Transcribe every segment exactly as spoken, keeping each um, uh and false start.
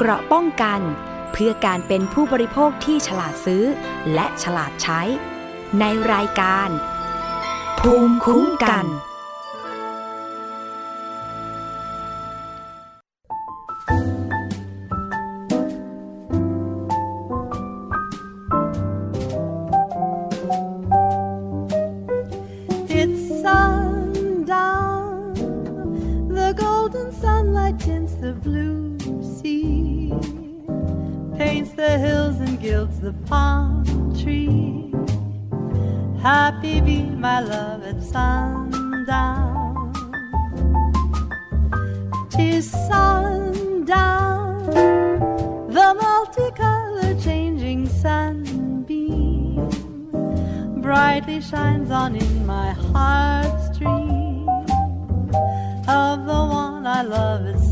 เกราะป้องกันเพื่อการเป็นผู้บริโภคที่ฉลาดซื้อและฉลาดใช้ในรายการภูมิคุ้มกัน The hills and gilds the palm tree. Happy be my love at sundown. 'Tis sundown, the multicolored changing sunbeam brightly shines on in my heart's dream of the one I love at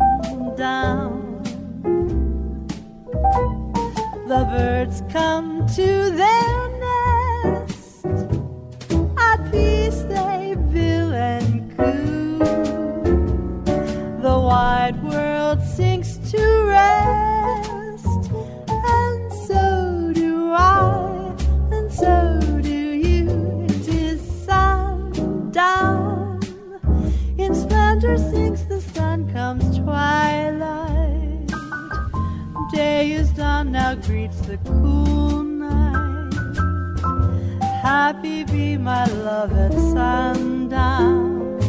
sundown.The birds come to their nest, at peace they bill and coo. The wide world sinks to rest, and so do I, and so do you. It is sundown, in splendor sinks the sun, comes twilight.Day is done, now greets the cool night. Happy be my love at sundown.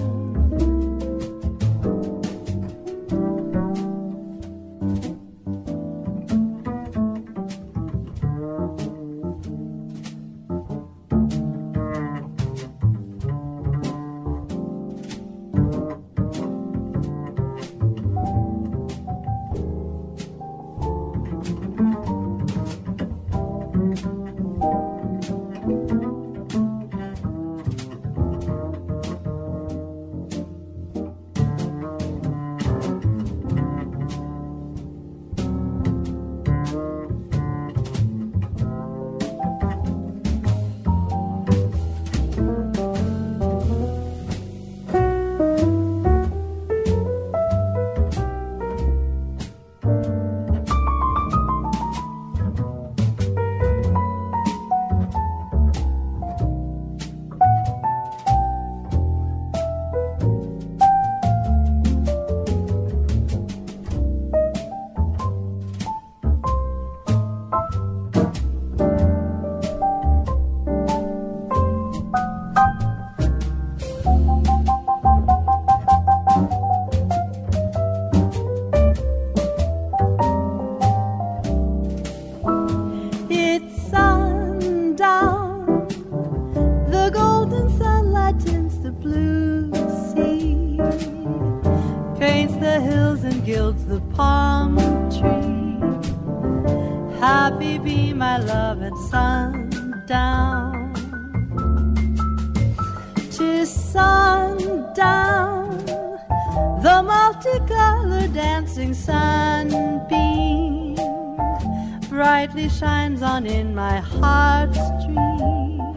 Shines on in my heart's dream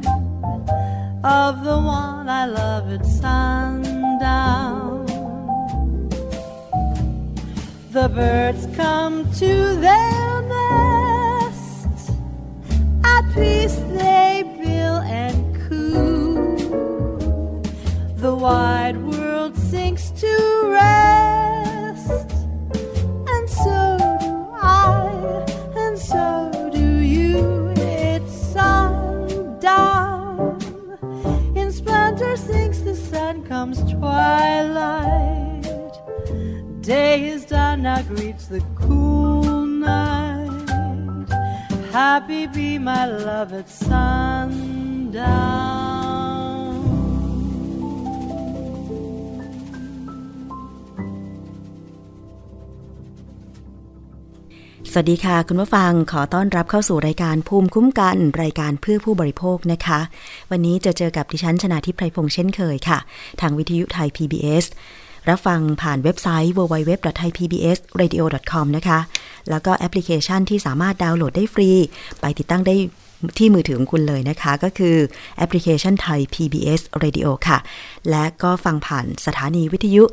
of the one I love at sundown. The birds come to their nest, at peace they bill and coo. The wide world sinks to rest, and so do I.And so do you. It's sundown, in splendor sinks the sun, comes twilight. Day is done, now greets the cool night. Happy be my love at sundown. สวัสดีค่ะคุณผู้ฟังขอต้อนรับเข้าสู่รายการภูมิคุ้มกันรายการเพื่อผู้บริโภคนะคะวันนี้จะเจอกับดิฉันชนาธิปไพพงษ์เช่นเคยค่ะทางวิทยุไทย พี บี เอส รับฟังผ่านเว็บไซต์ ดับเบิลยู ดับเบิลยู ดับเบิลยู ดอท ไทย พี บี เอส เรดิโอ ดอท คอม นะคะแล้วก็แอปพลิเคชันที่สามารถดาวน์โหลดได้ฟรีไปติดตั้งได้ที่มือถือของคุณเลยนะคะก็คือแอปพลิเคชันไทย พี บี เอส Radio ค่ะและก็ฟังผ่านสถานีวิทยุ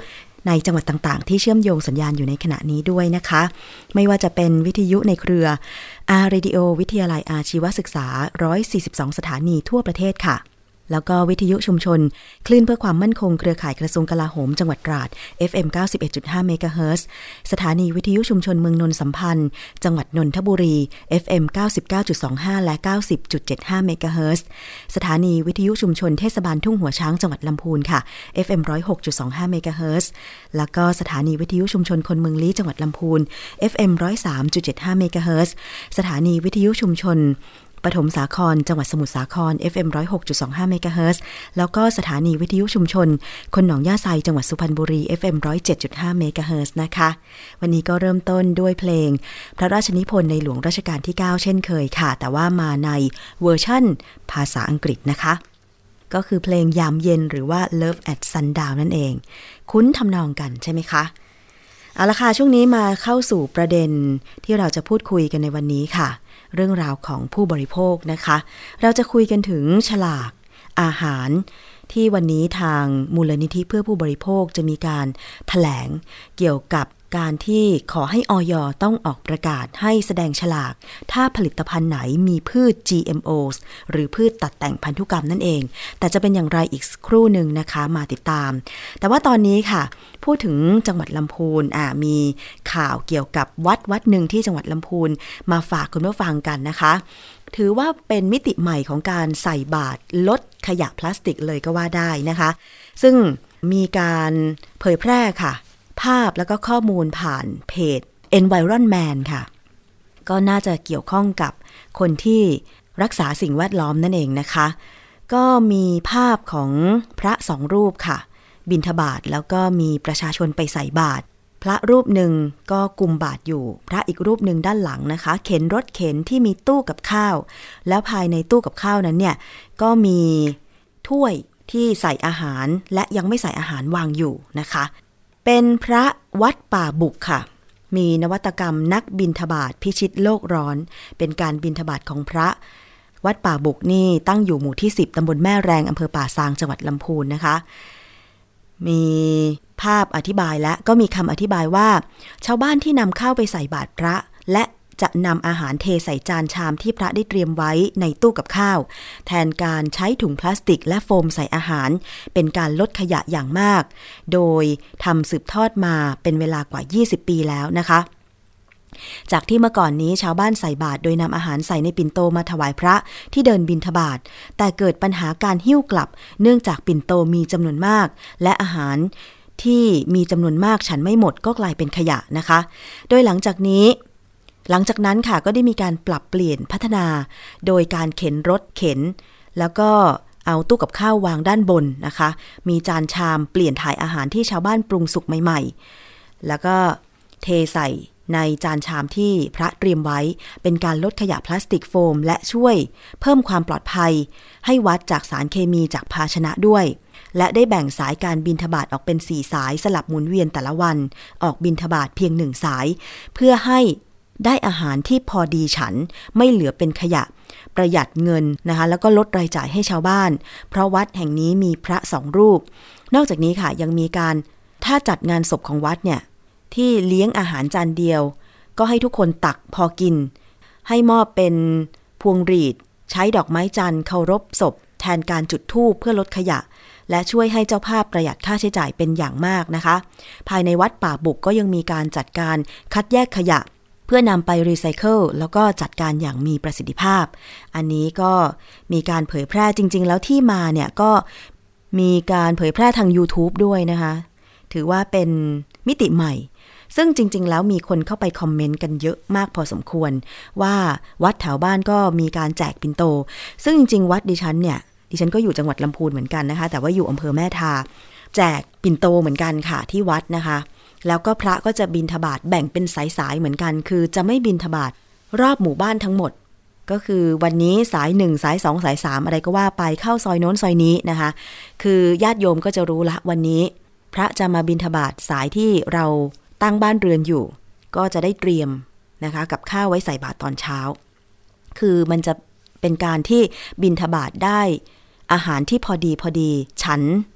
ในจังหวัดต่างๆที่เชื่อมโยงสัญญาณอยู่ในขณะนี้ด้วยนะคะไม่ว่าจะเป็นวิทยุในเครือ อาร์ Radio วิทยาลัยอาชีวศึกษาหนึ่งร้อยสี่สิบสองสถานีทั่วประเทศค่ะแล้วก็วิทยุชุมชนคลื่นเพื่อความมั่นคงเครือข่ายกระทรวงกลาโหมจังหวัดตราด เอฟ เอ็ม เก้าสิบเอ็ดจุดห้า เมกะเฮิรตซ์สถานีวิทยุชุมชนเมืองนนสัมพันธ์จังหวัดนนทบุรี เอฟ เอ็ม เก้าสิบเก้าจุดสองห้า และ เก้าสิบจุดเจ็ดห้า เมกะเฮิรตซ์สถานีวิทยุชุมชนเทศบาลทุ่งหัวช้างจังหวัดลำพูนค่ะ เอฟ เอ็ม หนึ่งศูนย์หกจุดสองห้า เมกะเฮิรตซ์แล้วก็สถานีวิทยุชุมชนคนเมืองลี้จังหวัดลำพูน เอฟ เอ็ม หนึ่งศูนย์สามจุดเจ็ดห้า เมกะเฮิรตซ์สถานีวิทยุชุมชนปฐมสาครจังหวัดสมุทรสาคร เอฟ เอ็ม หนึ่งศูนย์หกจุดสองห้า เมกะเฮิรตซ์แล้วก็สถานีวิทยุชุมชนคนหนองย่าไซจังหวัดสุพรรณบุรี เอฟ เอ็ม หนึ่งศูนย์เจ็ดจุดห้า เมกะเฮิรตซ์นะคะวันนี้ก็เริ่มต้นด้วยเพลงพระราชนิพนธ์ในหลวงรัชกาลที่เก้าเช่นเคยค่ะแต่ว่ามาในเวอร์ชั่นภาษาอังกฤษนะคะก็คือเพลงยามเย็นหรือว่า Love at Sundown นั่นเองคุ้นทำนองกันใช่ไหมคะเอาละค่ะช่วงนี้มาเข้าสู่ประเด็นที่เราจะพูดคุยกันในวันนี้ค่ะเรื่องราวของผู้บริโภคนะคะเราจะคุยกันถึงฉลากอาหารที่วันนี้ทางมูลนิธิเพื่อผู้บริโภคจะมีการแถลงเกี่ยวกับการที่ขอให้อย.ต้องออกประกาศให้แสดงฉลากถ้าผลิตภัณฑ์ไหนมีพืช จี เอ็ม โอ หรือพืชตัดแต่งพันธุกรรมนั่นเองแต่จะเป็นอย่างไรอีกครู่หนึ่งนะคะมาติดตามแต่ว่าตอนนี้ค่ะพูดถึงจังหวัดลำพูนอ่ามีข่าวเกี่ยวกับวัดวัดหนึ่งที่จังหวัดลำพูนมาฝากคุณผู้ฟังกันนะคะถือว่าเป็นมิติใหม่ของการใส่บาตรลดขยะพลาสติกเลยก็ว่าได้นะคะซึ่งมีการเผยแพร่ค่ะภาพแล้วก็ข้อมูลผ่านเพจ Environman ค่ะก็น่าจะเกี่ยวข้องกับคนที่รักษาสิ่งแวดล้อมนั่นเองนะคะก็มีภาพของพระสองรูปค่ะบิณฑบาตแล้วก็มีประชาชนไปใส่บาตรพระรูปหนึ่งก็กุมบาตรอยู่พระอีกรูปหนึ่งด้านหลังนะคะเข็นรถเข็นที่มีตู้กับข้าวแล้วภายในตู้กับข้าวนั้นเนี่ยก็มีถ้วยที่ใส่อาหารและยังไม่ใส่อาหารวางอยู่นะคะเป็นพระวัดป่าบุกค่ะมีนวัตกรรมนักบิณฑบาตพิชิตโลกร้อนเป็นการบิณฑบาตของพระวัดป่าบุกนี่ตั้งอยู่หมู่ที่สิบตำบลแม่แรงอำเภอป่าซางจังหวัดลำพูนนะคะมีภาพอธิบายและก็มีคำอธิบายว่าชาวบ้านที่นำข้าวไปใส่บาตรพระและจะนำอาหารเทใส่จานชามที่พระได้เตรียมไว้ในตู้กับข้าวแทนการใช้ถุงพลาสติกและโฟมใส่อาหารเป็นการลดขยะอย่างมากโดยทำสืบทอดมาเป็นเวลากว่ายี่สิบปีแล้วนะคะจากที่เมื่อก่อนนี้ชาวบ้านใส่บาตรโดยนำอาหารใส่ในปิ่นโตมาถวายพระที่เดินบิณฑบาตแต่เกิดปัญหาการหิ้วกลับเนื่องจากปิ่นโตมีจำนวนมากและอาหารที่มีจำนวนมากฉันไม่หมดก็กลายเป็นขยะนะคะโดยหลังจากนี้หลังจากนั้นค่ะก็ได้มีการปรับเปลี่ยนพัฒนาโดยการเข็นรถเข็นแล้วก็เอาตู้กับข้าววางด้านบนนะคะมีจานชามเปลี่ยนถ่ายอาหารที่ชาวบ้านปรุงสุกใหม่ๆแล้วก็เทใส่ในจานชามที่พระเตรียมไว้เป็นการลดขยะพลาสติกโฟมและช่วยเพิ่มความปลอดภัยให้วัดจากสารเคมีจากภาชนะด้วยและได้แบ่งสายการบิณฑบาตออกเป็นสี่สายสลับหมุนเวียนแต่ละวันออกบิณฑบาตเพียงหนึ่งสายเพื่อให้ได้อาหารที่พอดีฉันไม่เหลือเป็นขยะประหยัดเงินนะคะแล้วก็ลดรายจ่ายให้ชาวบ้านเพราะวัดแห่งนี้มีพระสองรูปนอกจากนี้ค่ะยังมีการถ้าจัดงานศพของวัดเนี่ยที่เลี้ยงอาหารจานเดียวก็ให้ทุกคนตักพอกินให้มอบเป็นพวงหรีดใช้ดอกไม้จันทร์เคารพศพแทนการจุดธูปเพื่อลดขยะและช่วยให้เจ้าภาพประหยัดค่าใช้จ่ายเป็นอย่างมากนะคะภายในวัดป่าบุกก็ยังมีการจัดการคัดแยกขยะเพื่อนำไปรีไซเคิลแล้วก็จัดการอย่างมีประสิทธิภาพอันนี้ก็มีการเผยแพร่จริงๆแล้วที่มาเนี่ยก็มีการเผยแพร่ทาง YouTube ด้วยนะคะถือว่าเป็นมิติใหม่ซึ่งจริงๆแล้วมีคนเข้าไปคอมเมนต์กันเยอะมากพอสมควรว่าวัดแถวบ้านก็มีการแจกปิ่นโตซึ่งจริงๆวัดดิฉันเนี่ยดิฉันก็อยู่จังหวัดลำพูนเหมือนกันนะคะแต่ว่าอยู่อำเภอแม่ทาแจกปิ่นโตเหมือนกันค่ะที่วัดนะคะแล้วก็พระก็จะบิณฑบาตแบ่งเป็นสายๆเหมือนกันคือจะไม่บิณฑบาตรอบหมู่บ้านทั้งหมดก็คือวันนี้สายหนึ่งสายสองสายสามอะไรก็ว่าไปเข้าซอยโน้นซอยนี้นะคะคือญาติโยมก็จะรู้ละวันนี้พระจะมาบิณฑบาตสายที่เราตั้งบ้านเรือนอยู่ก็จะได้เตรียมนะคะกับข้าวไว้ใส่บาตรตอนเช้าคือมันจะเป็นการที่บิณฑบาตได้อาหารที่พอดีพอดีฉัน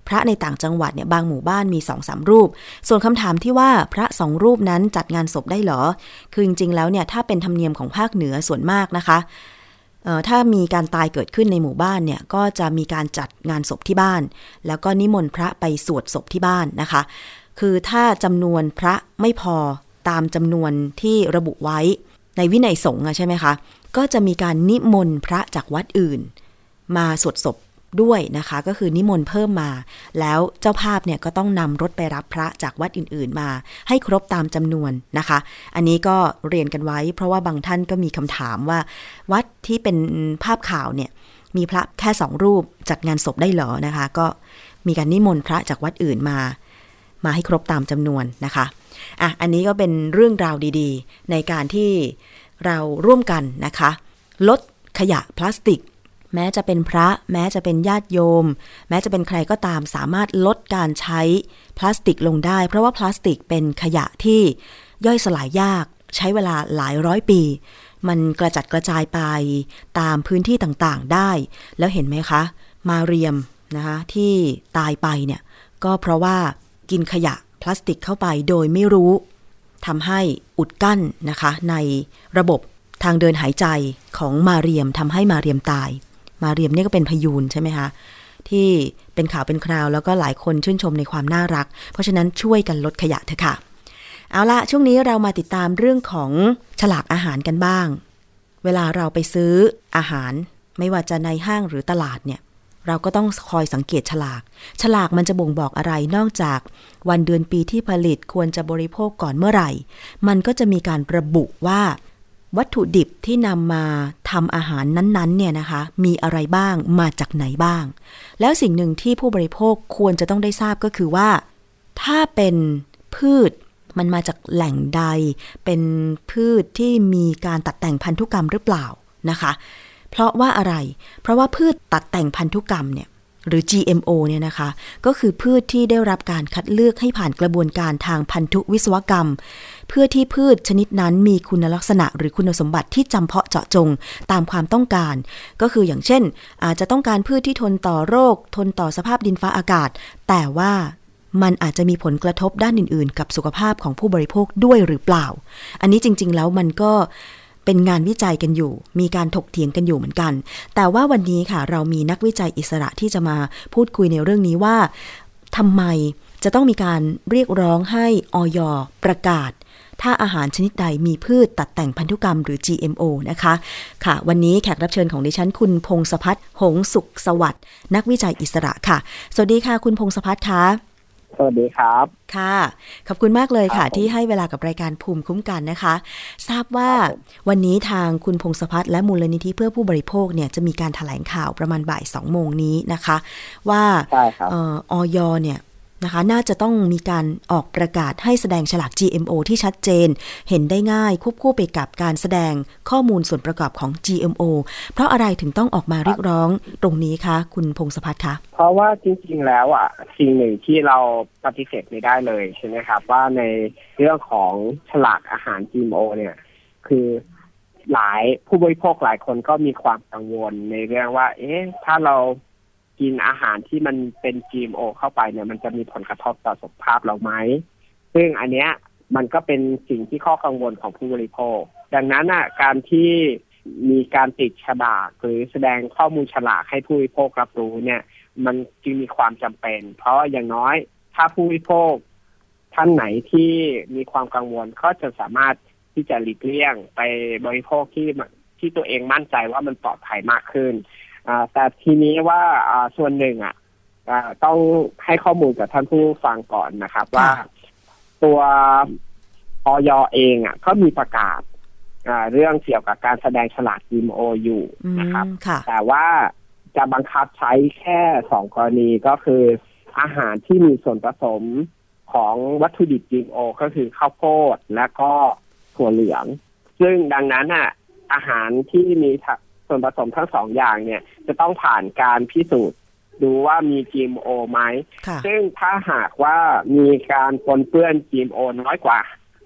พระในต่างจังหวัดเนี่ยบางหมู่บ้านมี สองถึงสาม รูปส่วนคำถามที่ว่าพระสองรูปนั้นจัดงานศพได้เหรอคือจริงๆแล้วเนี่ยถ้าเป็นธรรมเนียมของภาคเหนือส่วนมากนะคะเอ่อถ้ามีการตายเกิดขึ้นในหมู่บ้านเนี่ยก็จะมีการจัดงานศพที่บ้านแล้วก็นิมนต์พระไปสวดศพที่บ้านนะคะคือถ้าจำนวนพระไม่พอตามจำนวนที่ระบุไว้ในวินัยสงฆ์ใช่ไหมคะก็จะมีการนิมนต์พระจากวัดอื่นมาสวดศพด้วยนะคะก็คือนิมนต์เพิ่มมาแล้วเจ้าภาพเนี่ยก็ต้องนำรถไปรับพระจากวัดอื่นๆมาให้ครบตามจำนวนนะคะอันนี้ก็เรียนกันไว้เพราะว่าบางท่านก็มีคำถามว่าวัดที่เป็นภาพข่าวเนี่ยมีพระแค่สองรูปจัดงานศพได้เหรอนะคะก็มีการนิมนต์พระจากวัดอื่นมามาให้ครบตามจำนวนนะคะอ่ะอันนี้ก็เป็นเรื่องราวดีๆในการที่เราร่วมกันนะคะลดขยะพลาสติกแม้จะเป็นพระแม้จะเป็นญาติโยมแม้จะเป็นใครก็ตามสามารถลดการใช้พลาสติกลงได้เพราะว่าพลาสติกเป็นขยะที่ย่อยสลายยากใช้เวลาหลายร้อยปีมันกระจัดกระจายไปตามพื้นที่ต่างๆได้แล้วเห็นไหมคะมาเรียมนะคะที่ตายไปเนี่ยก็เพราะว่ากินขยะพลาสติกเข้าไปโดยไม่รู้ทำให้อุดกั้นนะคะในระบบทางเดินหายใจของมาเรียมทำให้มาเรียมตายมาเรียมนี่ก็เป็นพยูนใช่ไหมคะที่เป็นข่าวเป็นคราวแล้วก็หลายคนชื่นชมในความน่ารักเพราะฉะนั้นช่วยกันลดขยะเถอะค่ะเอาละช่วงนี้เรามาติดตามเรื่องของฉลากอาหารกันบ้างเวลาเราไปซื้ออาหารไม่ว่าจะในห้างหรือตลาดเนี่ยเราก็ต้องคอยสังเกตฉลากฉลากมันจะบ่งบอกอะไรนอกจากวันเดือนปีที่ผลิตควรจะบริโภคก่อนเมื่อไหร่มันก็จะมีการระบุว่าวัตถุดิบที่นำมาทำอาหารนั้นๆเนี่ยนะคะมีอะไรบ้างมาจากไหนบ้างแล้วสิ่งหนึ่งที่ผู้บริโภคควรจะต้องได้ทราบก็คือว่าถ้าเป็นพืชมันมาจากแหล่งใดเป็นพืชที่มีการตัดแต่งพันธุกรรมหรือเปล่านะคะเพราะว่าอะไรเพราะว่าพืชตัดแต่งพันธุกรรมเนี่ยหรือ จี เอ็ม โอ เนี่ยนะคะก็คือพืชที่ได้รับการคัดเลือกให้ผ่านกระบวนการทางพันธุวิศวกรรมเพื่อที่พืชชนิดนั้นมีคุณลักษณะหรือคุณสมบัติที่จำเพาะเจาะจงตามความต้องการก็คืออย่างเช่นอาจจะต้องการพืชที่ทนต่อโรคทนต่อสภาพดินฟ้าอากาศแต่ว่ามันอาจจะมีผลกระทบด้านอื่นๆกับสุขภาพของผู้บริโภคด้วยหรือเปล่าอันนี้จริงๆแล้วมันก็เป็นงานวิจัยกันอยู่มีการถกเถียงกันอยู่เหมือนกันแต่ว่าวันนี้ค่ะเรามีนักวิจัยอิสระที่จะมาพูดคุยในเรื่องนี้ว่าทำไมจะต้องมีการเรียกร้องให้อย.ประกาศถ้าอาหารชนิดใดมีพืชตัดแต่งพันธุกรรมหรือ จี เอ็ม โอ นะคะค่ะวันนี้แขกรับเชิญของดิฉันคุณพงศภัทร หงส์สุขสวัสดิ์นักวิจัยอิสระค่ะสวัสดีค่ะคุณพงศภัทรคะสวัสดีครับค่ะขอบคุณมากเลยค่ะที่ให้เวลากับรายการภูมิคุ้มกันนะคะทราบว่าวันนี้ทางคุณพงศภัทรและมูลนิธิเพื่อผู้บริโภคเนี่ยจะมีการแถลงข่าวประมาณบ่ายสองโมงนี้นะคะว่าเอ่อ อย.เนี่ยนะคะน่าจะต้องมีการออกประกาศให้แสดงฉลาก จี เอ็ม โอ ที่ชัดเจนเห็นได้ง่ายควบคู่ไปกับการแสดงข้อมูลส่วนประกอบของ จี เอ็ม โอ เพราะอะไรถึงต้องออกมาเรียกร้องตรงนี้คะคุณพงศภัทรคะเพราะว่าจริงๆแล้วอ่ะสิ่งหนึ่งที่เราปฏิเสธไม่ได้เลยใช่ไหมครับว่าในเรื่องของฉลากอาหาร จี เอ็ม โอ เนี่ยคือหลายผู้บริโภคหลายคนก็มีความกังวลในเรื่องว่าเอ๊ะถ้าเรากินอาหารที่มันเป็น จี เอ็ม โอ เข้าไปเนี่ยมันจะมีผลกระทบต่อสุขภาพเราไหมซึ่งอันเนี้ยมันก็เป็นสิ่งที่ข้อกังวลของผู้บริโภคดังนั้นอ่ะการที่มีการติดฉลากหรือแสดงข้อมูลฉลากให้ผู้บริโภครับรู้เนี่ยมันจึงมีความจำเป็นเพราะอย่างน้อยถ้าผู้บริโภคท่านไหนที่มีความกังวลก็จะสามารถที่จะหลีกเลี่ยงไปบริโภคที่ที่ตัวเองมั่นใจว่ามันปลอดภัยมากขึ้นแต่ทีนี้ว่าส่วนหนึ่งอ่ะต้องให้ข้อมูลกับท่านผู้ฟังก่อนนะครับว่าตัวอย.เองอ่ะก็มีประกาศเรื่องเกี่ยวกับการแสดงฉลาก จี เอ็ม โอ อยู่นะครับแต่ว่าจะบังคับใช้แค่สองกรณีก็คืออาหารที่มีส่วนผสมของวัตถุดิบ จี เอ็ม โอ ก็คือข้าวโพดและก็ถั่วเหลืองซึ่งดังนั้นอ่ะอาหารที่มีส่วนผสมทั้งสองอย่างเนี่ยจะต้องผ่านการพิสูจน์ดูว่ามี จี เอ็ม โอ ไหมซึ่งถ้าหากว่ามีการปนเปื้อน จี เอ็ม โอ น้อยกว่า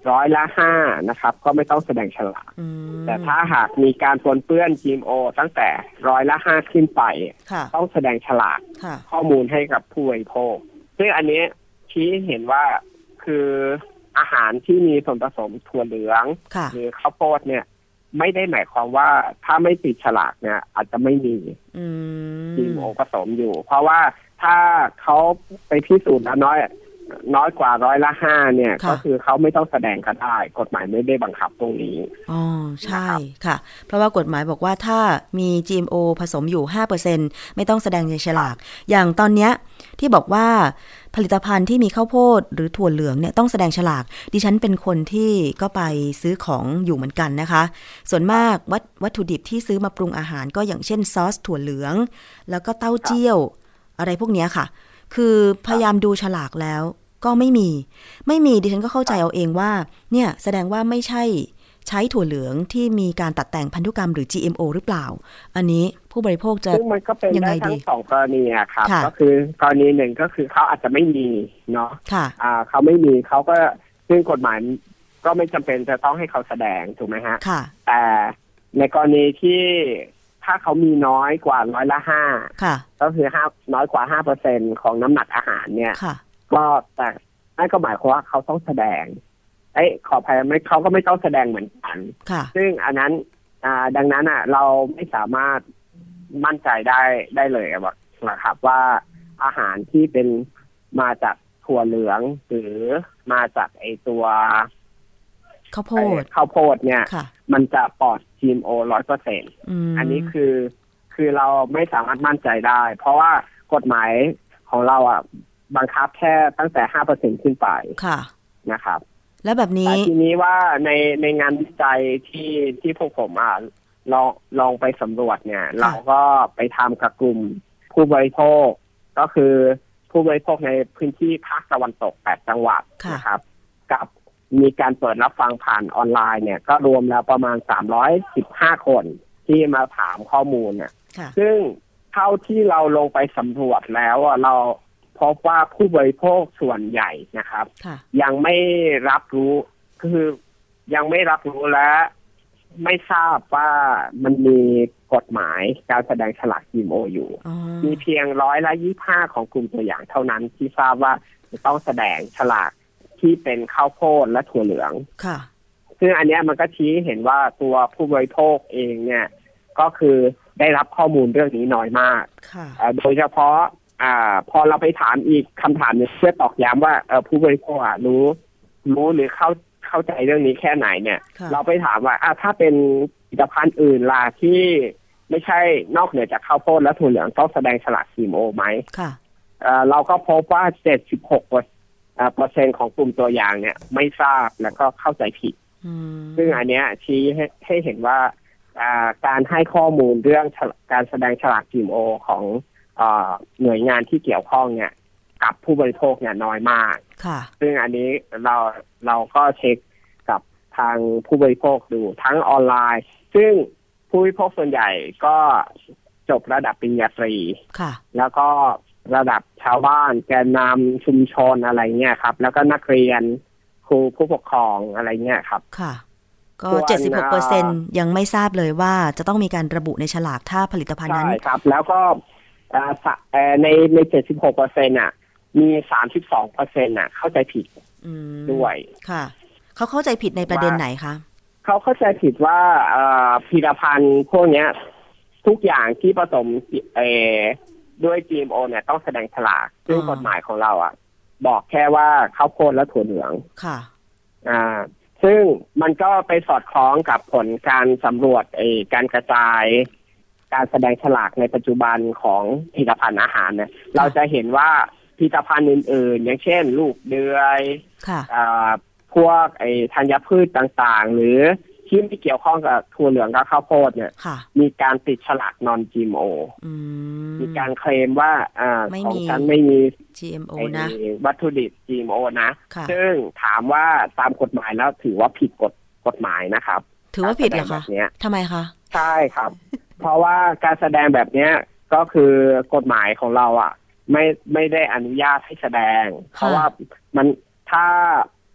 ร้อยละห้านะครับก็ไม่ต้องแสดงฉลากแต่ถ้าหากมีการปนเปื้อน จี เอ็ม โอ ตั้งแต่ร้อยละห้าขึ้นไปต้องแสดงฉลากข้อมูลให้กับผู้บริโภคซึ่งอันนี้ชี้เห็นว่าคืออาหารที่มีส่วนผสมถั่วเหลืองหรือข้าวโพดเนี่ยไม่ได้หมายความว่าถ้าไม่ติดฉลากเนี่ยอาจจะไม่มี จี เอ็ม โอ ผสมอยู่เพราะว่าถ้าเขาไปพิสูจน์แล้วน้อยน้อยกว่าร้อยละห้าเนี่ยก็คือเขาไม่ต้องแสดงก็ได้กฎหมายไม่ได้บังคับตรงนี้อ๋อใช่ค่ะเพราะว่ากฎหมายบอกว่าถ้ามี จี เอ็ม โอ ผสมอยู่ ห้าเปอร์เซ็นต์ ไม่ต้องแสดงในฉลากอย่างตอนเนี้ยที่บอกว่าผลิตภัณฑ์ที่มีข้าวโพดหรือถั่วเหลืองเนี่ยต้องแสดงฉลากดิฉันเป็นคนที่ก็ไปซื้อของอยู่เหมือนกันนะคะส่วนมากวัตวัตถุดิบที่ซื้อมาปรุงอาหารก็อย่างเช่นซอสถั่วเหลืองแล้วก็เต้าเจี้ยวอะไรพวกนี้ค่ะคือพยายามดูฉลากแล้วก็ไม่มีไม่มีดิฉันก็เข้าใจเอาเองว่าเนี่ยแสดงว่าไม่ใช่ใช้ถั่วเหลืองที่มีการตัดแต่งพันธุกรรมหรือ จี เอ็ม โอ หรือเปล่าอันนี้ผู้บริโภคจะซึ่งมันก็เป็นได้ทั้งสองกรณีอะครับก็คือกรณีหนึ่งก็คือเขาอาจจะไม่มีเนาะอ่าเขาไม่มีเขาก็ซึ่งกฎหมายก็ไม่จำเป็นจะต้องให้เขาแสดงถูกไหมฮะแต่ในกรณีที่ถ้าเขามีน้อยกว่าร้อยละห้าก็คือห้าน้อยกว่าห้าเปอร์เซ็นต์ของน้ำหนักอาหารเนี่ยก็แต่นั่นก็หมายความว่าเขาต้องแสดงไอ้ขออภัยไม่เขาก็ไม่ต้องแสดงเหมือนกันซึ่งอันนั้นอ่าดังนั้นอ่ะเราไม่สามารถมั่นใจได้ได้เลยนะครับว่าอาหารที่เป็นมาจากถั่วเหลืองหรือมาจากไอ้ตัวข้าวโพดข้าวโพดเนี่ยมันจะปลอด จี เอ็ม โอ ร้อยเปอร์เซ็นต์ อันนี้คือคือเราไม่สามารถมั่นใจได้เพราะว่ากฎหมายของเราอ่ะบังคับแค่ตั้งแต่ ห้าเปอร์เซ็นต์ ขึ้นไปนะครับแล้วแบบนี้ทีนี้ว่าในในงานวิจัยที่ที่พวกผมอ่ะลองลองไปสำรวจเนี่ยเราก็ไปทำกับกลุ่มผู้บริโภคก็คือผู้บริโภคในพื้นที่ภาคตะวันตกแปดจังหวัดนะครับกับมีการเปิดรับฟังผ่านออนไลน์เนี่ยก็รวมแล้วประมาณสามร้อยสิบห้าคนที่มาถามข้อมูลเนี่ยซึ่งเท่าที่เราลงไปสำรวจแล้วอ่ะเราพบว่าผู้บริโภคส่วนใหญ่นะครับยังไม่รับรู้คือยังไม่รับรู้และไม่ทราบว่ามันมีกฎหมายการแสดงฉลาก จี เอ็ม โอ อยู่มีเพียงร้อยละยี่สิบห้าของกลุ่มตัวอย่างเท่านั้นที่ทราบว่าจะต้องแสดงฉลากที่เป็นข้าวโพดและถั่วเหลืองซึ่งอันนี้มันก็ชี้เห็นว่าตัวผู้บริโภคเองเนี่ยก็คือได้รับข้อมูลเรื่องนี้น้อยมากโดยเฉพาะอ่าพอเราไปถามอีกคำถามนึงเพื่อตอกย้ำว่าเออผู้บริโภครู้รู้หรือเข้าเข้าใจเรื่องนี้แค่ไหนเนี่ยเราไปถามว่าอ่าถ้าเป็นผลิตภัณฑ์อื่นล่ะที่ไม่ใช่นอกเหนือจากข้าวโพดและถั่วเหลืองต้องแสดงฉลาก จี เอ็ม โอ ไหมค่ะเราก็พบว่า เจ็ดสิบหกเปอร์เซ็นต์ของกลุ่มตัวอย่างเนี่ยไม่ทราบแล้วก็เข้าใจผิดซึ่งอันเนี้ยชี้ให้ให้เห็นว่าการให้ข้อมูลเรื่องการแสดงฉลาก จี เอ็ม โอ ของหน่วยงานที่เกี่ยวข้องเนี่ยกับผู้บริโภคเนี่ยน้อยมากซึ่งอันนี้เราเราก็เช็คกับทางผู้บริโภคดูทั้งออนไลน์ซึ่งผู้บริโภคส่วนใหญ่ก็จบระดับปริญญาตรีแล้วก็ระดับชาวบ้านแกนนำชุมชนอะไรเงี้ยครับแล้วก็นักเรียนครูผู้ปกครองอะไรเงี้ยครับค่ะก็ เจ็ดสิบหกเปอร์เซ็นต์ ยังไม่ทราบเลยว่าจะต้องมีการระบุในฉลากถ้าผลิตภัณฑ์นั้นใช่ครับแล้วก็ในใน เจ็ดสิบหกเปอร์เซ็นต์ น่ะมี สามสิบสองเปอร์เซ็นต์ น่ะเข้าใจผิดด้วยค่ะเขาเข้าใจผิดในประเด็นไหนคะเขาเข้าใจผิดว่าผลิตภัณฑ์พวกนี้ทุกอย่างที่ผสมด้วย จี เอ็ม โอ เนี่ยต้องแสดงฉลากซึ่งกฎหมายของเราอ่ะบอกแค่ว่าข้าวโพดและถั่วเหลืองค่ะอ่าซึ่งมันก็ไปสอดคล้องกับผลการสำรวจไอ้การกระจายการแสดงฉลากในปัจจุบันของผลิตภัณฑ์อาหารเนี่ยเราจะเห็นว่าผลิตภัณฑ์อื่นๆอย่างเช่นลูกเดือยพวกไอ้ธัญพืชต่างๆหรือที่ไม่เกี่ยวข้องกับถั่วเหลืองกับข้าวโพดเนี่ยมีการติดฉลาก นอน จี เอ็ม โอ มีการเคลมว่าอ่าของฉันไม่มีจี เอ็ม โอ นะวัตถุดิบ จี เอ็ม โอ นะซึ่งถามว่าตามกฎหมายแล้วถือว่าผิดกฎกฎหมายนะครับถือว่าผิดเหรอคะทำไมคะใช่ครับ เพราะว่าการแสดงแบบนี้ก็คือกฎหมายของเราอ่ะไม่ไม่ได้อนุญาตให้แสดงเพราะว่ามันถ้า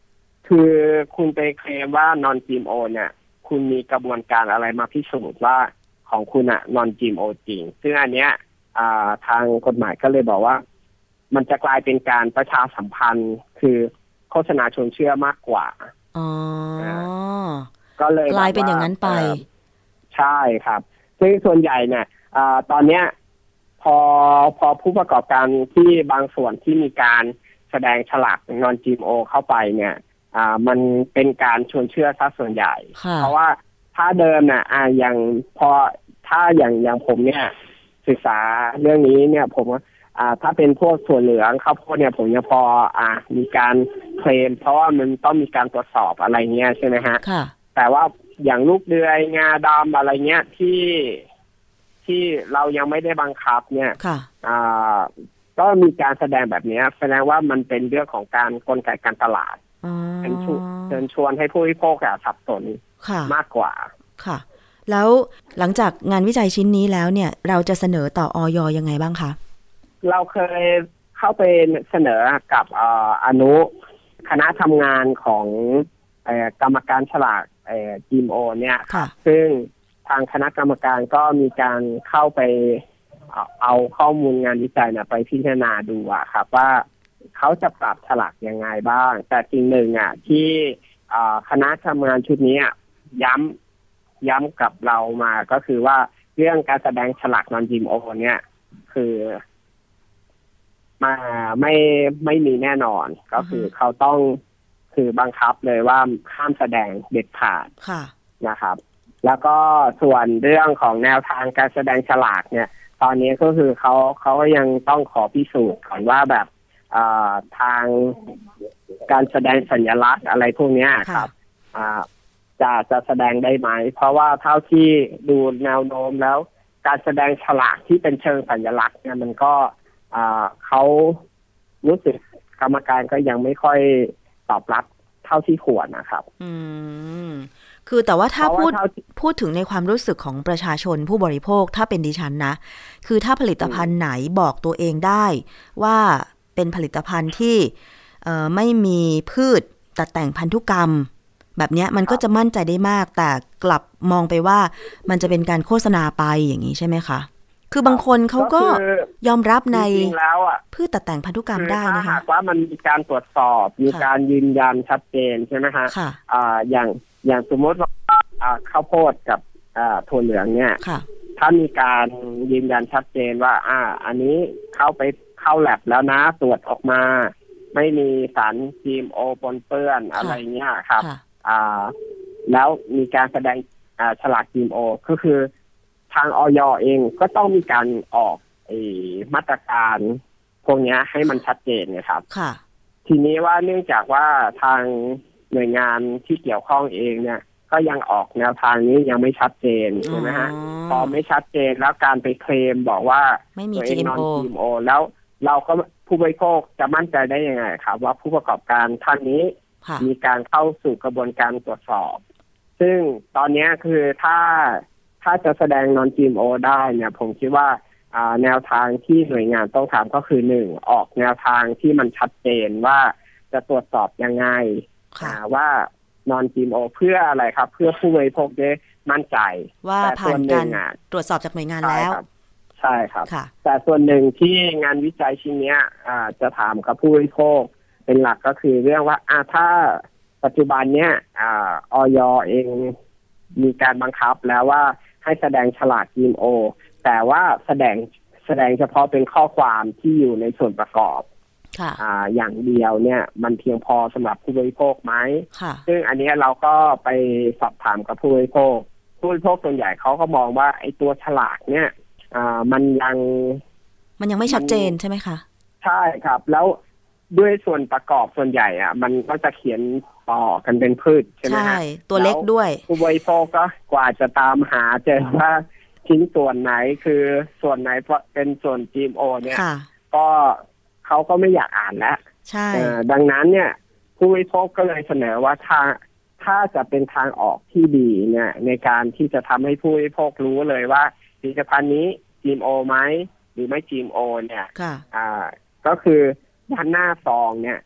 คือคุณไปเคลมว่า non จี เอ็ม โอ เนี่ยคุณมีกระบวนการอะไรมาพิสูจน์ว่าของคุณอะ non จี เอ็ม โอ จริงซึ่งอันเนี้ยทางกฎหมายก็เลยบอกว่ามันจะกลายเป็นการประชาสัมพันธ์คือโฆษณาชวนเชื่อมากกว่าอ๋อก็เลยกลายเป็นอย่างนั้นไปใช่ครับซึ่งส่วนใหญ่เนี่ยตอนเนี้ยพอพอผู้ประกอบการที่บางส่วนที่มีการแสดงฉลาก non จี เอ็ม โอ เข้าไปเนี่ยอ่ามันเป็นการชวนเชื่อซะส่วนใหญ่เพราะว่าถ้าเดิมน่ะอ่าอย่างพอถ้าอย่างอย่างผมเนี่ยศึกษาเรื่องนี้เนี่ยผมอ่าถ้าเป็นพวกถั่วเหลืองข้าวโพดเนี่ยผมยังพออ่ามีการเคลมเพราะว่ามันต้องมีการตรวจสอบอะไรเงี้ยใช่ไหมฮะแต่ว่าอย่างลูกเดือยงาดำอะไรเงี้ยที่ที่เรายังไม่ได้บังคับเนี่ยอ่าก็มีการแสดงแบบนี้แสดงว่ามันเป็นเรื่องของการกลไกการตลาดเชิญชวนเชิญชวนให้ผู้บริโภคสับสนมากกว่าค่ะแล้วหลังจากงานวิจัยชิ้นนี้แล้วเนี่ยเราจะเสนอต่ออย ยังไงบ้างคะเราเคยเข้าไปเสนอกับอนุคณะทำงานของกรรมการฉลาก จี เอ็ม โอ เนี่ยซึ่งทางคณะกรรมการก็มีการเข้าไปเอาข้อมูลงานวิจัยนะไปพิจารณาดูอะครับว่าเขาจะปรับฉลากยังไงบ้างแต่สิ่งหนึ่งอ่ะที่คณะทำงานชุดนี้ย้ำย้ำกับเรามาก็คือว่าเรื่องการแสดงฉลาก non จี เอ็ม โอ เนี่ยคือมาไม่ไม่มีแน่นอนก็คือเขาต้องคือบังคับเลยว่าห้ามแสดงเด็ดขาดนะครับแล้วก็ส่วนเรื่องของแนวทางการแสดงฉลากเนี่ยตอนนี้ก็คือเขาเขาก็ยังต้องขอพิสูจน์ก่อนว่าแบบทางการแสดงสัญลักษณ์อะไรพวกนี้ครับจะจะแสดงได้ไหมเพราะว่าเท่าที่ดูแนวโน้มแล้วการแสดงฉลากที่เป็นเชิงสัญลักษณ์เนี่ยมันก็เขารู้สึกกรรมการก็ยังไม่ค่อยตอบรับเท่าที่ควรนะครับอืมคือแต่ว่าถ้าพูดพูดถึงในความรู้สึกของประชาชนผู้บริโภคถ้าเป็นดิฉันนะคือถ้าผลิตภัณฑ์ไหนบอกตัวเองได้ว่าเป็นผลิตภัณฑ์ที่ไม่มีพืชตัดแต่งพันธุกรรมแบบนี้มันก็จะมั่นใจได้มากแต่กลับมองไปว่ามันจะเป็นการโฆษณาไปอย่างนี้ใช่ไหมคะคือบางคนเขาก็ยอมรับในพืชตัดแต่งพันธุกรรมได้นะคะถ้าหากว่ามันมีการตรวจสอบมีการยืนยันชัดเจนใช่ไหมคะอ่าอย่างอย่างสมมติว่าข้าวโพดกับถั่วเหลืองเนี่ยถ้ามีการยืนยันชัดเจนว่าอ่าอันนี้เข้าไปเข้าแลบแล้วนะตรวจออกมาไม่มีสาร จี เอ็ม โอ ปนเปื้อนอะไรเงี้ยครับอ่าแล้วมีการแสดงอ่าฉลาก จี เอ็ม โอ ก็คือทางอย.เองก็ต้องมีการออกไอ้มาตรการพวกนี้ให้มันชัดเจนนะครับทีนี้ว่าเนื่องจากว่าทางหน่วยงานที่เกี่ยวข้องเองเนี่ยก็ยังออกแนวทางนี้ยังไม่ชัดเจนใช่ไหมฮะพอไม่ชัดเจนแล้วการไปเคลมบอกว่าตัวเอง non จี เอ็ม โอ แล้วเราก็ผู้บริโภคจะมั่นใจได้ยังไงครับว่าผู้ประกอบการท่านนี้มีการเข้าสู่กระบวนการตรวจสอบซึ่งตอนนี้คือถ้าถ้าจะแสดง non จี เอ็ม โอ ได้เนี่ยผมคิดว่าแนวทางที่หน่วยงานต้องทำก็คือหนึ่งออกแนวทางที่มันชัดเจนว่าจะตรวจสอบยังไงว่า non จี เอ็ม โอ เพื่ออะไรครับเพื่อผู้บริโภคได้มั่นใจว่าผ่านการตรวจสอบจากหน่วยงานแล้วใช่ครับแต่ส่วนหนึ่งที่งานวิจัยชิ้นนี้จะถามกับผู้บริโภคเป็นหลักก็คือเรื่องว่าถ้าปัจจุบันเนี้ยอย.เองมีการบังคับแล้วว่าให้แสดงฉลาก จี เอ็ม โอ แต่ว่าแสดงแสดงเฉพาะเป็นข้อความที่อยู่ในส่วนประกอบอ่าอย่างเดียวเนี่ยมันเพียงพอสำหรับผู้บริโภคไหมซึ่งอันนี้เราก็ไปสอบถามกับผู้บริโภคผู้บริโภคส่วนใหญ่เขาก็มองว่าไอ้ตัวฉลากเนี่ยอ่ามันยังมันยังไม่ชัดเจนใช่ไหมคะใช่ครับแล้วด้วยส่วนประกอบส่วนใหญ่อ่ะมันก็จะเขียนต่อกันเป็นพืชใช่ไหมฮะตัวเล็กด้วยผู้บริโภคก็กว่าจะตามหาเจอว่าชิ้นส่วนไหนคือส่วนไหนเป็นส่วน จี เอ็ม โอ เนี่ยก็เขาก็ไม่อยากอ่านแล้วใช่ดังนั้นเนี่ยผู้บริโภคก็เลยเสนอว่าถ้าถ้าจะเป็นทางออกที่ดีเนี่ยในการที่จะทำให้ผู้บริโภครู้เลยว่าผลิตภัณฑ์นี้ จี เอ็ม โอ ไหมหรือไม่ จี เอ็ม โอ เนี่ยอ่าก็คือด้านหน้าซองเนี่ย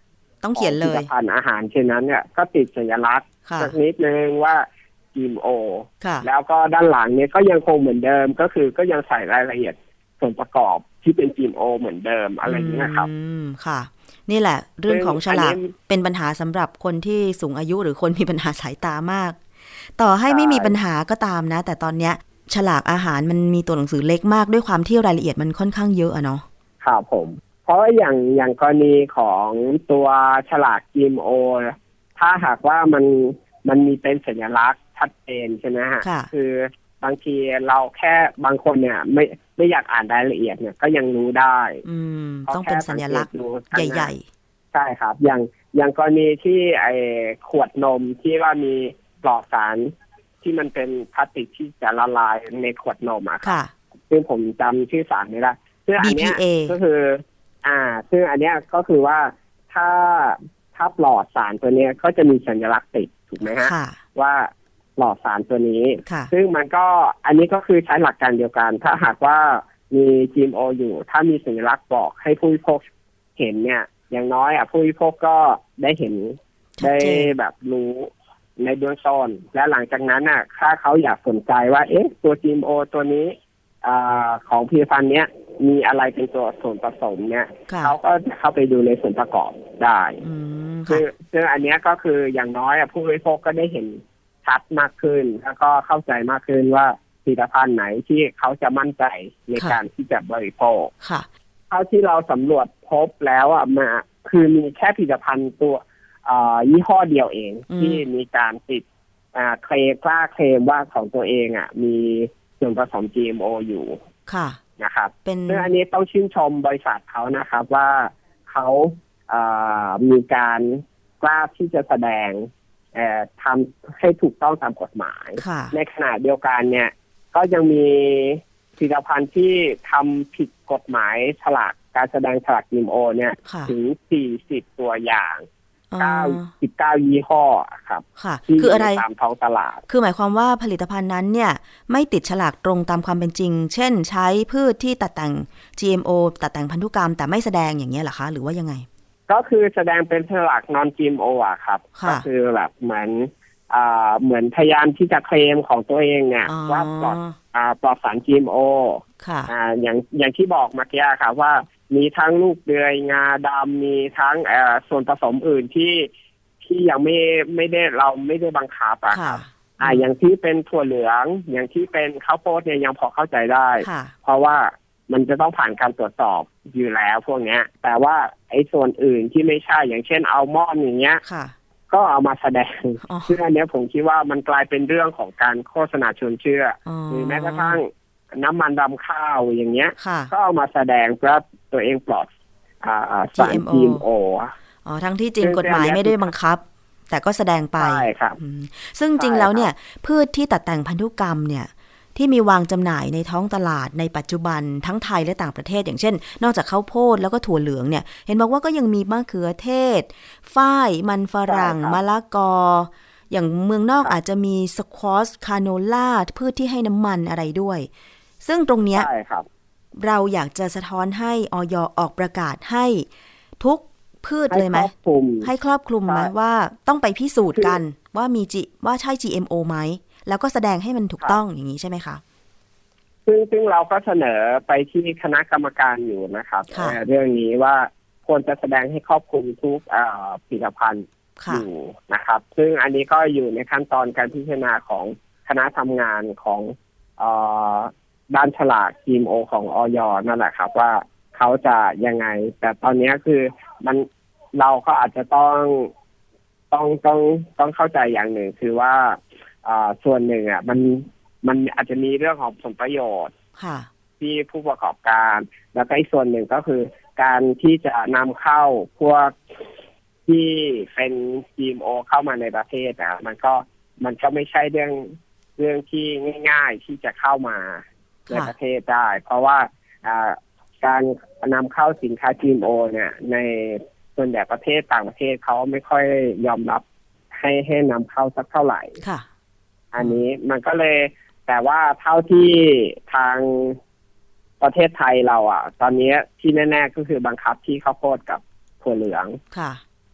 ต้องเขียนเลยผลิตภัณฑ์อาหารเช่นนั้นเนี่ยก็ติดสัญลักษณ์สักนิดนึงว่า จี เอ็ม โอ แล้วก็ด้านหลังเนี่ยก็ยังคงเหมือนเดิมก็คือก็ยังใส่รายละเอียดส่วนประกอบที่เป็น จี เอ็ม โอ เหมือนเดิมอะไรอย่างนี้นะครับอืมค่ะนี่แหละเรื่องของฉลากเป็นปัญหาสำหรับคนที่สูงอายุหรือคนมีปัญหาสายตามากต่อให้ไม่มีปัญหาก็ตามนะแต่ตอนเนี้ยฉลากอาหารมันมีตัวหนังสือเล็กมากด้วยความที่รายละเอียดมันค่อนข้างเยอะอะเนาะครับผมเพราะอย่างอย่างกรณีของตัวฉลาก จี เอ็ม โอ ถ้าหากว่ามันมันมีเป็นสัญลักษณ์ชัดเจนใช่ไหมฮะคือบางทีเราแค่บางคนเนี่ยไม่ไม่อยากอ่านรายละเอียดเนี่ยก็ยังรู้ได้อืมต้องเป็นสัญลักษณ์ใหญ่ๆใช่ครับอย่างอย่างกรณีที่ไอ้ขวดนมที่ว่ามีปลอกสารที่มันเป็นพลาสติกที่จะละลายในขวดนมอะค่ะซึ่งผมจำชื่อสารไม่ได้ซึ่งอันเนี้ยก็คืออ่าซึ่งอันเนี้ยก็คือว่าถ้าถ้าปลอดสารตัวเนี้ยก็จะมีสัญลักษณ์ติดถูกไหมฮะว่าปลอดสารตัวนี้ซึ่งมันก็อันนี้ก็คือใช้หลักการเดียวกันถ้าหากว่ามี จี เอ็ม โอ อยู่ถ้ามีสัญลักษณ์บอกให้ผู้บริโภคเห็นเนี่ยอย่างน้อยอ่ะผู้บริโภคก็ได้เห็นได้แบบรู้ในเบื้องต้นและหลังจากนั้นน่ะถ้าเขาอยากสนใจว่าเอ๊ะตัว จี เอ็ม โอ ตัวนี้อ่าของผลิตภัณฑ์เนี้ยมีอะไรเป็นตัวส่วนผสมเนี่ยเขาก็เข้าไปดูในส่วนประกอบได้คือซึ่งอันนี้ก็คืออย่างน้อยผู้บริโภคก็ได้เห็นชัดมากขึ้นแล้วก็เข้าใจมากขึ้นว่าผลิตภัณฑ์ไหนที่เขาจะมั่นใจในการที่จะบริโภคเท่าที่เราสำรวจพบแล้วอ่ะมาคือมีแค่ผลิตภัณฑ์ตัวยี่ห้อเดียวเองที่มีการติดเคลมกล้าเคลมว่าของตัวเองอ่ะมีส่วนผสม จี เอ็ม โอ อยู่ค่ะนะครับซึ่งอันนี้ต้องชื่นชมบริษัทเขานะครับว่าเขามีการกล้าที่จะแสดงทำให้ถูกต้องตามกฎหมายในขณะเดียวกันเนี่ยก็ยังมีผลิตภัณฑ์ที่ทำผิดกฎหมายฉลากการแสดงฉลาก จี เอ็ม โอ เนี่ยถึงสี่สิบตัวอย่างเก้าสิบเก้ายี่ห้อครับคืออะไรตามท้องตลาดคือหมายความว่าผลิตภัณฑ์นั้นเนี่ยไม่ติดฉลากตรงตามความเป็นจริงเช่นใช้พืชที่ตัดแต่ง จี เอ็ม โอ ตัดแต่งพันธุกรรมแต่ไม่แสดงอย่างเงี้ยเหรอคะหรือว่ายังไงก็คือแสดงเป็นฉลาก non จี เอ็ม โอ อ่ะครับก็คือแบบเหมือนอ่าเหมือนพยายามที่จะเคลมของตัวเองเนี่ยว่าปลอดอ่าปลอดสาร จี เอ็ม โอค่ะอ่าอย่างอย่างที่บอกเมื่อกี้ครับว่ามีทั้งลูกเดือยงาดำมีทั้งเอ่อส่วนผสมอื่นที่ที่ยังไม่ไม่ได้เราไม่ได้บังคับอ่ะครับอ่าอย่างที่เป็นถั่วเหลืองอย่างที่เป็นข้าวโพดเนี่ยยังพอเข้าใจได้เพราะว่ามันจะต้องผ่านการตรวจสอบอยู่แล้วพวกเนี้ยแต่ว่าไอ้ส่วนอื่นที่ไม่ใช่อย่างเช่นอัลมอนด์อย่างเงี้ยก็เอามาแสดงซึ่งอันนี้ผมคิดว่ามันกลายเป็นเรื่องของการโฆษณาชวนเชื่อหรือแม้กระทั่งน้ำมันรำข้าวอย่างเงี้ยก็เอามาแสดงว่าตัวเองปลอดอ่าสาร จี เอ็ม โออ๋อทั้งที่จริงกฎหมายไม่ได้บังคับแต่ก็แสดงไปใช่ครับซึ่งจริงแล้วเนี่ยพืชที่ตัดแต่งพันธุกรรมเนี่ยที่มีวางจำหน่ายในท้องตลาดในปัจจุบันทั้งไทยและต่างประเทศอย่างเช่นนอกจากข้าวโพดแล้วก็ถั่วเหลืองเนี่ยเห็นบอกว่าก็ยังมีมะเขือเทศฝ้ายมันฝรั่งมะละกออย่างเมืองนอกอาจจะมีสควอชคาโนล่าพืชที่ให้น้ำมันอะไรด้วยซึ่งตรงเนี้ยเราอยากจะสะท้อนให้อย.ออกประกาศให้ทุกพืชเลยไหมให้ครอบคลุมไหมว่าต้องไปพิสูจน์กันว่ามีจิว่าใช่ จี เอ็ม โอ ไหมแล้วก็แสดงให้มันถูกต้องอย่างนี้ใช่ไหมคะซึ่งซึ่งเราก็เสนอไปที่คณะกรรมการอยู่นะครับเรื่องนี้ว่าควรจะแสดงให้ครอบคลุมทุกผลิตภัณฑ์อยู่นะครับซึ่งอันนี้ก็อยู่ในขั้นตอนการพิจารณาของคณะทำงานของด้านฉลาก จี เอ็ม โอ ของอย.นั่นแหละครับว่าเขาจะยังไงแต่ตอนนี้คือมันเราก็อาจจะต้องต้องต้องต้องเข้าใจอย่างหนึ่งคือว่าอ่าส่วนหนึ่งอ่ะมันมันอาจจะมีเรื่องของผลประโยชน์ที่ผู้ประกอบการแล้วก็อีกส่วนหนึ่งก็คือการที่จะนำเข้าพวกที่เป็น จี เอ็ม โอ เข้ามาในประเทศอ่ะมันก็มันก็ไม่ใช่เรื่องเรื่องที่ง่ายๆที่จะเข้ามาในประเทศได้เพราะว่าอ่าการนำเข้าสินค้า จี เอ็ม โอ เนี่ยในส่วนใหญ่ประเทศต่างประเทศเขาไม่ค่อยยอมรับให้ให้นำเข้าสักเท่าไหร่ค่ะอันนี้มันก็เลยแต่ว่าเท่าที่ทางประเทศไทยเราอ่ะตอนนี้ที่แน่ๆก็คือบังคับที่ข้าวโพดกับถั่วเหลืองค่ะ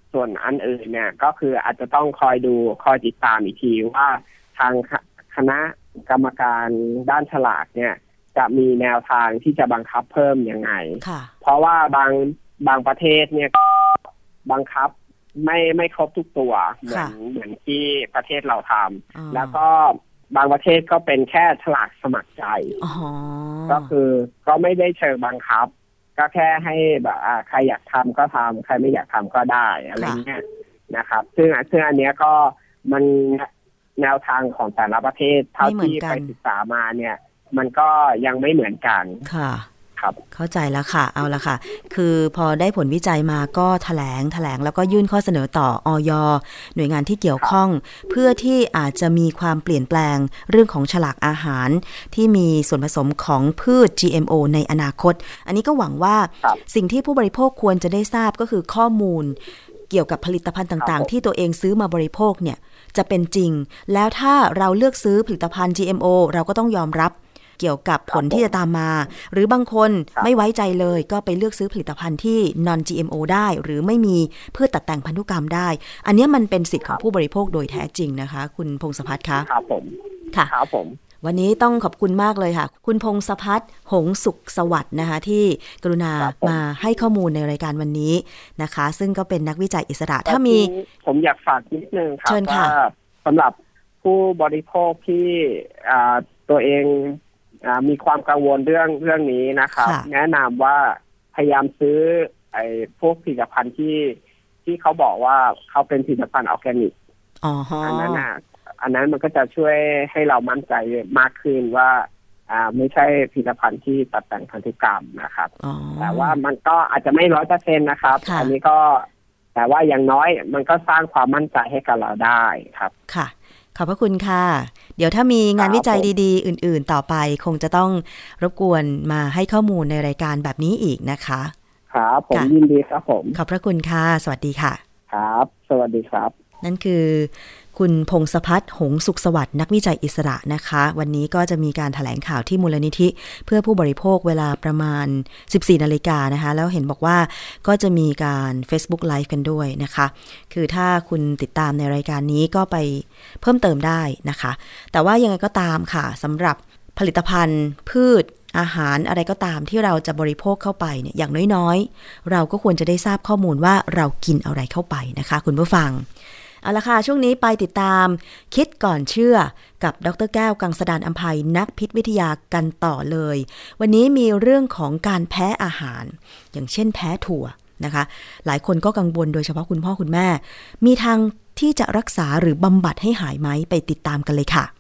ส่วนอันอื่นเนี่ยก็คืออาจจะต้องคอยดูคอยติดตามอีกทีว่าทางคณะกรรมการด้านฉลากเนี่ยจะมีแนวทางที่จะบังคับเพิ่มยังไงเพราะว่าบางบางประเทศเนี่ยบังคับไม่ไม่ครบทุกตัวเหมือนเหมือนที่ประเทศเราทำแล้วก็บางประเทศก็เป็นแค่ฉลากสมัครใจก็คือก็ไม่ได้เชิงบังคับก็แค่ให้แบบใครอยากทำก็ทำใครไม่อยากทำก็ได้อะไรเงี้ยนะครับซึ่งซึ่งอันเนี้ยก็มันแนวทางของแต่ละประเทศเท่าที่ไปศึกษามาเนี่ยมันก็ยังไม่เหมือนกันค่ะเข้าใจแล้วค่ะเอาละค่ะคือพอได้ผลวิจัยมาก็แถลงแถลงแล้วก็ยื่นข้อเสนอต่ออย.หน่วยงานที่เกี่ยวข้องเพื่อที่อาจจะมีความเปลี่ยนแปลงเรื่องของฉลากอาหารที่มีส่วนผสมของพืช จี เอ็ม โอ ในอนาคตอันนี้ก็หวังว่าสิ่งที่ผู้บริโภคควรจะได้ทราบก็คือข้อมูลเกี่ยวกับผลิตภัณฑ์ต่างๆที่ตัวเองซื้อมาบริโภคเนี่ยจะเป็นจริงแล้วถ้าเราเลือกซื้อผลิตภัณฑ์ จี เอ็ม โอ เราก็ต้องยอมรับเกี่ยวกับผลที่จะตามมาหรือบางคนไม่ไว้ใจเลยก็ไปเลือกซื้อผลิตภัณฑ์ที่ non จี เอ็ม โอ ได้หรือไม่มีพืชตัดแต่งพันธุกรรมได้อันนี้มันเป็นสิทธิ์ของผู้บริโภคโดยแท้จริงนะคะคุณพงศภัทรคะครับผมค่ะครับผมวันนี้ต้องขอบคุณมากเลยค่ะคุณพงศภัทรหงสุขสวัสดิ์นะคะที่กรุณามาให้ข้อมูลในรายการวันนี้นะคะซึ่งก็เป็นนักวิจัยอิสระถ้ามีผมอยากฝากนิดนึงครับว่าสำหรับผู้บริโภคที่ตัวเองมีความกังวลเรื่องเรื่องนี้นะครับแนะนำว่าพยายามซื้อไอ้พวกผลิตภัณฑ์ที่ที่เขาบอกว่าเขาเป็นผลิตภัณฑ์ออร์แกนิกอันนั้นอ่ะอันนั้นมันก็จะช่วยให้เรามั่นใจมากขึ้นว่าอ่าไม่ใช่ผลิตภัณฑ์ที่ตัดแต่งพันธุกรรมนะครับแต่ว่ามันก็อาจจะไม่ร้อยเปอร์เซ็นต์นะครับอันนี้ก็แต่ว่าอย่างน้อยมันก็สร้างความมั่นใจให้กับเราได้ครับค่ะขอบพระคุณค่ะเดี๋ยวถ้ามีงานวิจัยดีๆอื่นๆต่อไปคงจะต้องรบกวนมาให้ข้อมูลในรายการแบบนี้อีกนะคะครับผมยินดีครับผมขอบพระคุณค่ะสวัสดีค่ะครับสวัสดีครับนั่นคือคุณพงศภัทรหงสุขสวัสดิ์นักวิจัยอิสระนะคะวันนี้ก็จะมีการแถลงข่าวที่มูลนิธิเพื่อผู้บริโภคเวลาประมาณ สิบสี่นาฬิกานะคะแล้วเห็นบอกว่าก็จะมีการ Facebook Live กันด้วยนะคะคือถ้าคุณติดตามในรายการนี้ก็ไปเพิ่มเติมได้นะคะแต่ว่ายังไงก็ตามค่ะสำหรับผลิตภัณฑ์พืชอาหารอะไรก็ตามที่เราจะบริโภคเข้าไปเนี่ยอย่างน้อยๆเราก็ควรจะได้ทราบข้อมูลว่าเรากินอะไรเข้าไปนะคะคุณผู้ฟังเอาละค่ะช่วงนี้ไปติดตามคิดก่อนเชื่อกับดร.แก้วกังสดาลอำไพนักพิษวิทยากันต่อเลยวันนี้มีเรื่องของการแพ้อาหารอย่างเช่นแพ้ถั่วนะคะหลายคนก็กังวลโดยเฉพาะคุณพ่อคุณแม่มีทางที่จะรักษาหรือบำบัดให้หายไหมไปติดตามกันเลยค่ะ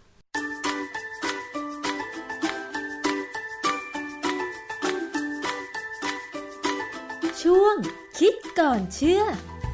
ช่วงคิดก่อนเชื่อ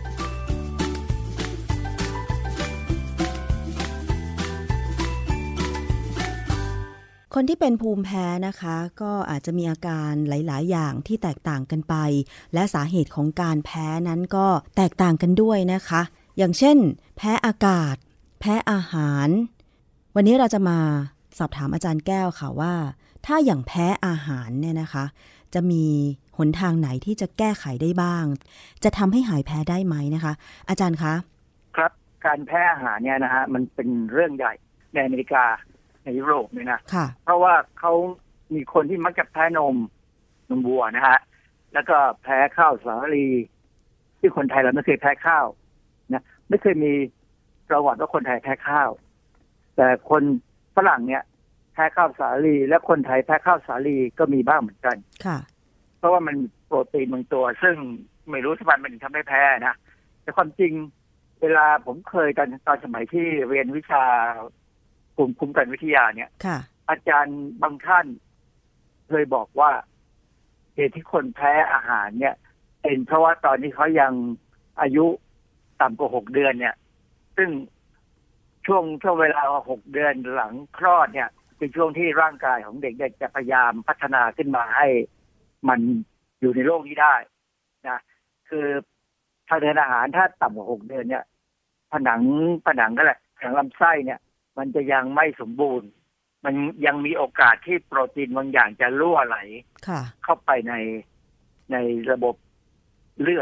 คนที่เป็นภูมิแพ้นะคะก็อาจจะมีอาการหลายๆอย่างที่แตกต่างกันไปและสาเหตุของการแพ้นั้นก็แตกต่างกันด้วยนะคะอย่างเช่นแพ้อากาศแพ้อาหารวันนี้เราจะมาสอบถามอาจารย์แก้วค่ะว่าถ้าอย่างแพ้อาหารเนี่ยนะคะจะมีหนทางไหนที่จะแก้ไขได้บ้างจะทำให้หายแพ้ได้ไหมนะคะอาจารย์คะครับการแพ้อาหารเนี่ยนะฮะมันเป็นเรื่องใหญ่ในอเมริกาในยุโรปเนี่ยนะเพราะว่าเขามีคนที่มักจะแพ้นมนมวัวนะฮะแล้วก็แพ้ข้าวสาลีที่คนไทยเราไม่เคยแพ้ข้าวนะไม่เคยมีประวัติว่าคนไทยแพ้ข้าวแต่คนฝรั่งเนี่ยแพ้ข้าวสาลีและคนไทยแพ้ข้าวสาลีก็มีบ้างเหมือนกันค่ะเพราะว่ามันโปรตีนบางตัวซึ่งไม่รู้ทำไมมันทำให้แพ้นะแต่ความจริงเวลาผมเคยตอนตอนสมัยที่เรียนวิชากลุ่มคุ้มกันวิทยาเนี่ยอาจารย์บางท่านเคยบอกว่าเหตุที่คนแพ้อาหารเนี่ยเป็นเพราะว่าตอนที่เขายังอายุต่ำกว่าหกเดือนเนี่ยซึ่งช่วงช่วงเวลาหกเดือนหลังคลอดเนี่ยเป็นช่วงที่ร่างกายของเด็กๆจะพยายามพัฒนาขึ้นมาให้มันอยู่ในโลกนี้ได้นะคือทางเดินอาหารถ้าต่ำกว่าหกเดือนเนี่ยผนังผนังก็แหละผนังลำไส้เนี่ยมันจะยังไม่สมบูรณ์มันยังมีโอกาสที่โปรตีนบางอย่างจะรั่วไหลเข้าไปในในระบบเลือดข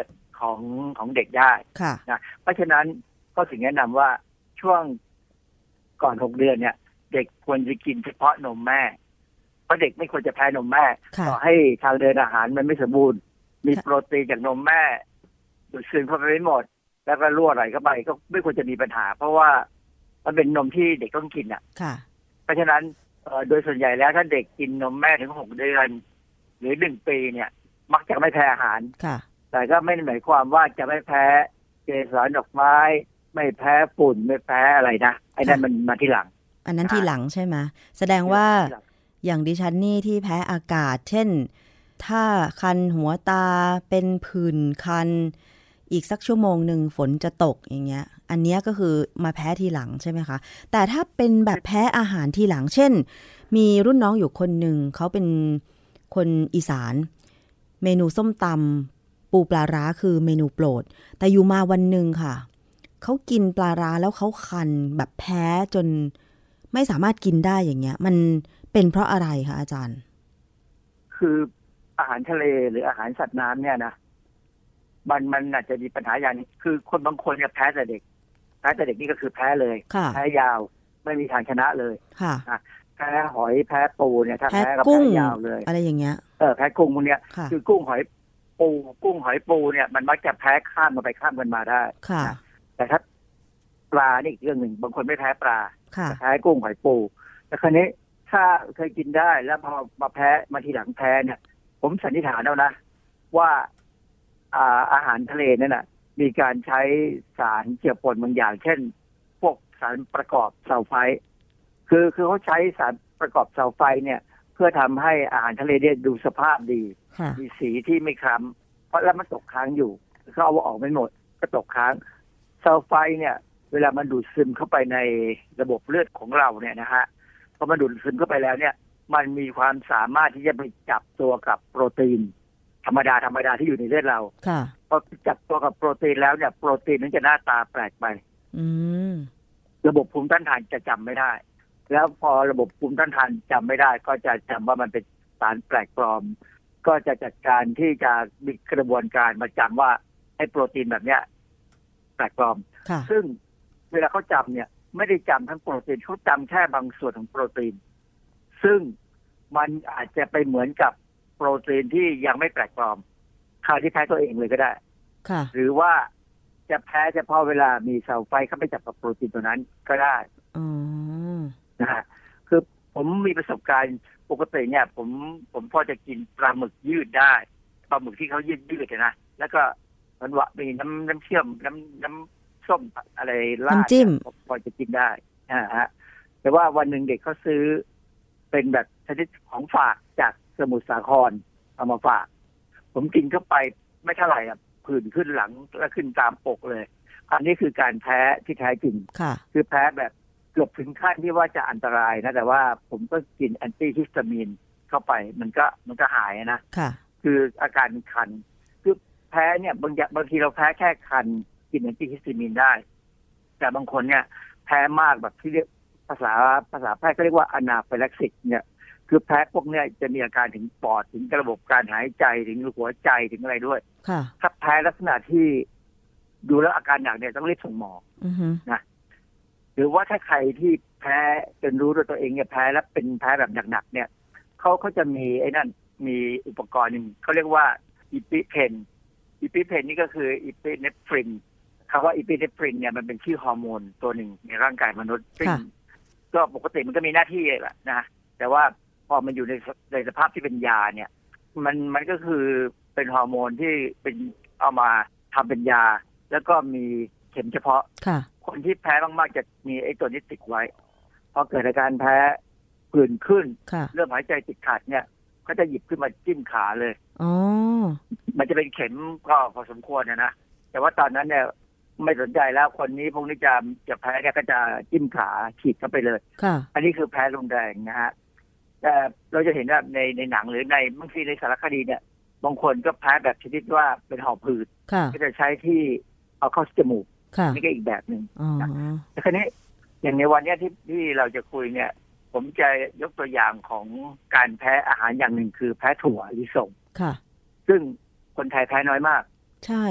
ของของเด็กได้นะเพราะฉะนั้นก็ถึงแนะนำว่าช่วงก่อนหกเดือนเนี่ยเด็กควรจะกินเฉพาะนมแม่เพราะเด็กไม่ควรจะแพ้นมแม่ต่อให้ทางเดินอาหารมันไม่สมบูรณ์มีโปรตีนจากนมแม่ดูดซึมเข้าไปไม่หมดแล้วก็รั่วไหลเข้าไปก็ไม่ควรจะมีปัญหาเพราะว่ามันเป็นนมที่เด็กต้องกินอ่ะเพราะฉะนั้นโดยส่วนใหญ่แล้วถ้าเด็กกินนมแม่ถึงหกเดือนหรือหนึ่งปีเนี่ยมักจะไม่แพ้อาหารแต่ก็ไม่ได้หมายความว่าจะไม่แพ้เกสรดอกไม้ไม่แพ้ฝุ่นไม่แพ้อะไรนะไอ้นั่นมันมาทีหลังอันนั้นทีหลังใช่ไหมแสดงว่าอย่างดิฉันนี่ที่แพ้อากาศเช่นถ้าคันหัวตาเป็นผื่นคันอีกสักชั่วโมงหนึ่งฝนจะตกอย่างเงี้ยอันนี้ก็คือมาแพ้ทีหลังใช่ไหมคะแต่ถ้าเป็นแบบแพ้อาหารทีหลังเช่นมีรุ่นน้องอยู่คนหนึ่งเขาเป็นคนอีสานเมนูส้มตำปูปลาร้าคือเมนูโปรดแต่อยู่มาวันหนึ่งค่ะเขากินปลาร้าแล้วเขาคันแบบแพ้จนไม่สามารถกินได้อย่างเงี้ยมันเป็นเพราะอะไรคะอาจารย์คืออาหารทะเลหรืออาหารสัตว์น้ำเนี่ยนะมันมันอาจจะมีปัญหาอย่างนี้คือคนบางคนเนี่ยแพ้แต่เด็กแพ้แต่เด็กนี่ก็คือแพ้เลยแพ้ยาวไม่มีทางชนะเลยค่ะแพ้หอยแพ้ปูเนี่ยถ้าแพ้ก็แพ้ยาวเลยอะไรอย่างเงี้ยเออแพ้กุ้งพวกเนี้ยคือกุ้งหอยปูกุ้งหอยปูเนี่ยมันมักจะแพ้ข้ามมาไปข้ามกันมาได้ค่ะแต่ถ้าปลานี่อีกเรื่องหนึ่งบางคนไม่แพ้ปลาแพ้กุ้งหอยปูแต่คราวนี้ถ้าเคยกินได้แล้วพอมาแพ้มาทีหลังแพ้เนี่ยผมสันนิษฐานเอานะว่าอ่าอาหารทะเลนั่นน่ะมีการใช้สารเจือปนบางอย่างเช่นพวกสารประกอบซัลไฟต์คือคือเขาใช้สารประกอบซัลไฟต์เนี่ยเพื่อทำให้อาหารทะเลเนี่ยดูสภาพดีมีสีที่ไม่คล้ำเพราะแล้วมันตกค้างอยู่เขาเอาออกไม่หมดก็ตกค้างซัลไฟต์เนี่ยเวลามันดูดซึมเข้าไปในระบบเลือดของเราเนี่ยนะฮะพอมันดูดซึมเข้าไปแล้วเนี่ยมันมีความสามารถที่จะไปจับตัวกับโปรตีนธรรมดาธรรมดาที่อยู่ในเลือดเราพอจับตัวกับโปรตีนแล้วเนี่ยโปรตีนนั้นจะหน้าตาแปลกไประบบภูมิต้านทานจะจำไม่ได้แล้วพอระบบภูมิต้านทานจำไม่ได้ก็จะจำว่ามันเป็นสารแปลกปลอมก็จะจัดการที่จะมีกระบวนการมาจำว่าไอ้โปรตีนแบบเนี้ยแปลกปลอมซึ่งเวลาเขาจำเนี่ยไม่ได้จำทั้งโปรตีนเขาจำแค่บางส่วนของโปรตีนซึ่งมันอาจจะไปเหมือนกับโปรตีนที่ยังไม่แปลกปลอมคราวที่แพ้ตัวเองเลยก็ได้หรือว่าจะแพ้เฉพาะเวลามีซัลไฟต์เข้าไปจับกับโปรตีนตัวนั้นก็ได้นะฮะคือผมมีประสบการณ์ปกติเนี่ยผมผมพอจะกินปลาหมึกยืดได้ปลาหมึกที่เขายืดยืดนะแล้วก็มันวะมีน้ำน้ำเชื่อมน้ำน้ำส้มอะไรราดพอจะกินได้นะฮะแต่ว่าวันหนึ่งเด็กเขาซื้อเป็นแบบชนิดของฝากจากสมุทรสาครเอามาฝากผมกินเข้าไปไม่เท่าไหร่อ่ะผื่นขึ้นหลังแล้วขึ้นตามปกเลยอันนี้คือการแพ้ที่แท้จริงคือแพ้แบบเกือบถึงขั้นที่ว่าจะอันตรายนะแต่ว่าผมก็กินแอนตี้ฮิสตามีนเข้าไปมันก็มันก็หายนะคืออาการคันคือแพ้เนี่ยบางอย่างบางทีเราแพ้แค่คันกินแอนตี้ฮิสตามีนได้แต่บางคนเนี่ยแพ้มากแบบที่เรียกภาษาภาษาแพทย์ก็เรียกว่าอนาฟิลักซิสเนี่ยคือแพ้พวกเนี้ยจะมีอาการถึงปอดถึงระบบการหายใจถึงหัวใจถึงอะไรด้วยถ้าแพ้ลักษณะที่ดูแล้วอาการหนักเนี่ยต้องรีบส่งหมอนะหรือว่าถ้าใครที่แพ้จนรู้ด้วยตัวเองเนี่ยแพ้แล้วเป็นแพ้แบบหนักๆเนี่ยเขาเขาจะมีไอ้นั่นมีอุปกรณ์หนึ่งเขาเรียกว่าอีปิเพนอีปิเพนนี่ก็คืออีปิเนฟรินคำว่าอีปิเนฟรินเนี่ยมันเป็นชื่อฮอร์โมนตัวหนึ่งในร่างกายมนุษย์ซึ่งก็ปกติมันก็มีหน้าที่แหละนะแต่ว่าพอมันอยู่ในในสภาพที่เป็นยาเนี่ยมันมันก็คือเป็นฮอร์โมนที่เป็นเอามาทำเป็นยาแล้วก็มีเข็มเฉพาะคนที่แพ้มากๆจะมีไอ้ตัวนี้ติดไว้พอเกิดอาการแพ้ผื่นขึ้นเริ่มหายใจติดขัดเนี่ยก็จะหยิบขึ้นมาจิ้มขาเลยอ๋อมันจะเป็นเข็มก็พอสมควรนะนะแต่ว่าตอนนั้นเนี่ยไม่สนใจแล้วคนนี้พวกนี้จะจะแพ้เนี่ยก็จะจิ้มขาฉีดเข้าไปเลยอันนี้คือแพ้รุนแรงนะฮะแต่เราจะเห็นว่าในในหนังหรือในบางทีในสารคดีเนี่ยบางคนก็แพ้แบบชนิดว่าเป็นหอบหืดก็จะใช้ที่เอาเข้าจมูกนี่ก็อีกแบบหนึ่งแต่คราวนี้อย่างในวันนี้ที่ที่เราจะคุยเนี่ยผมจะยกตัวอย่างของการแพ้อาหารอย่างหนึ่งคือแพ้ถั่วลิสงซึ่งคนไทยแพ้น้อยมากใช่ผ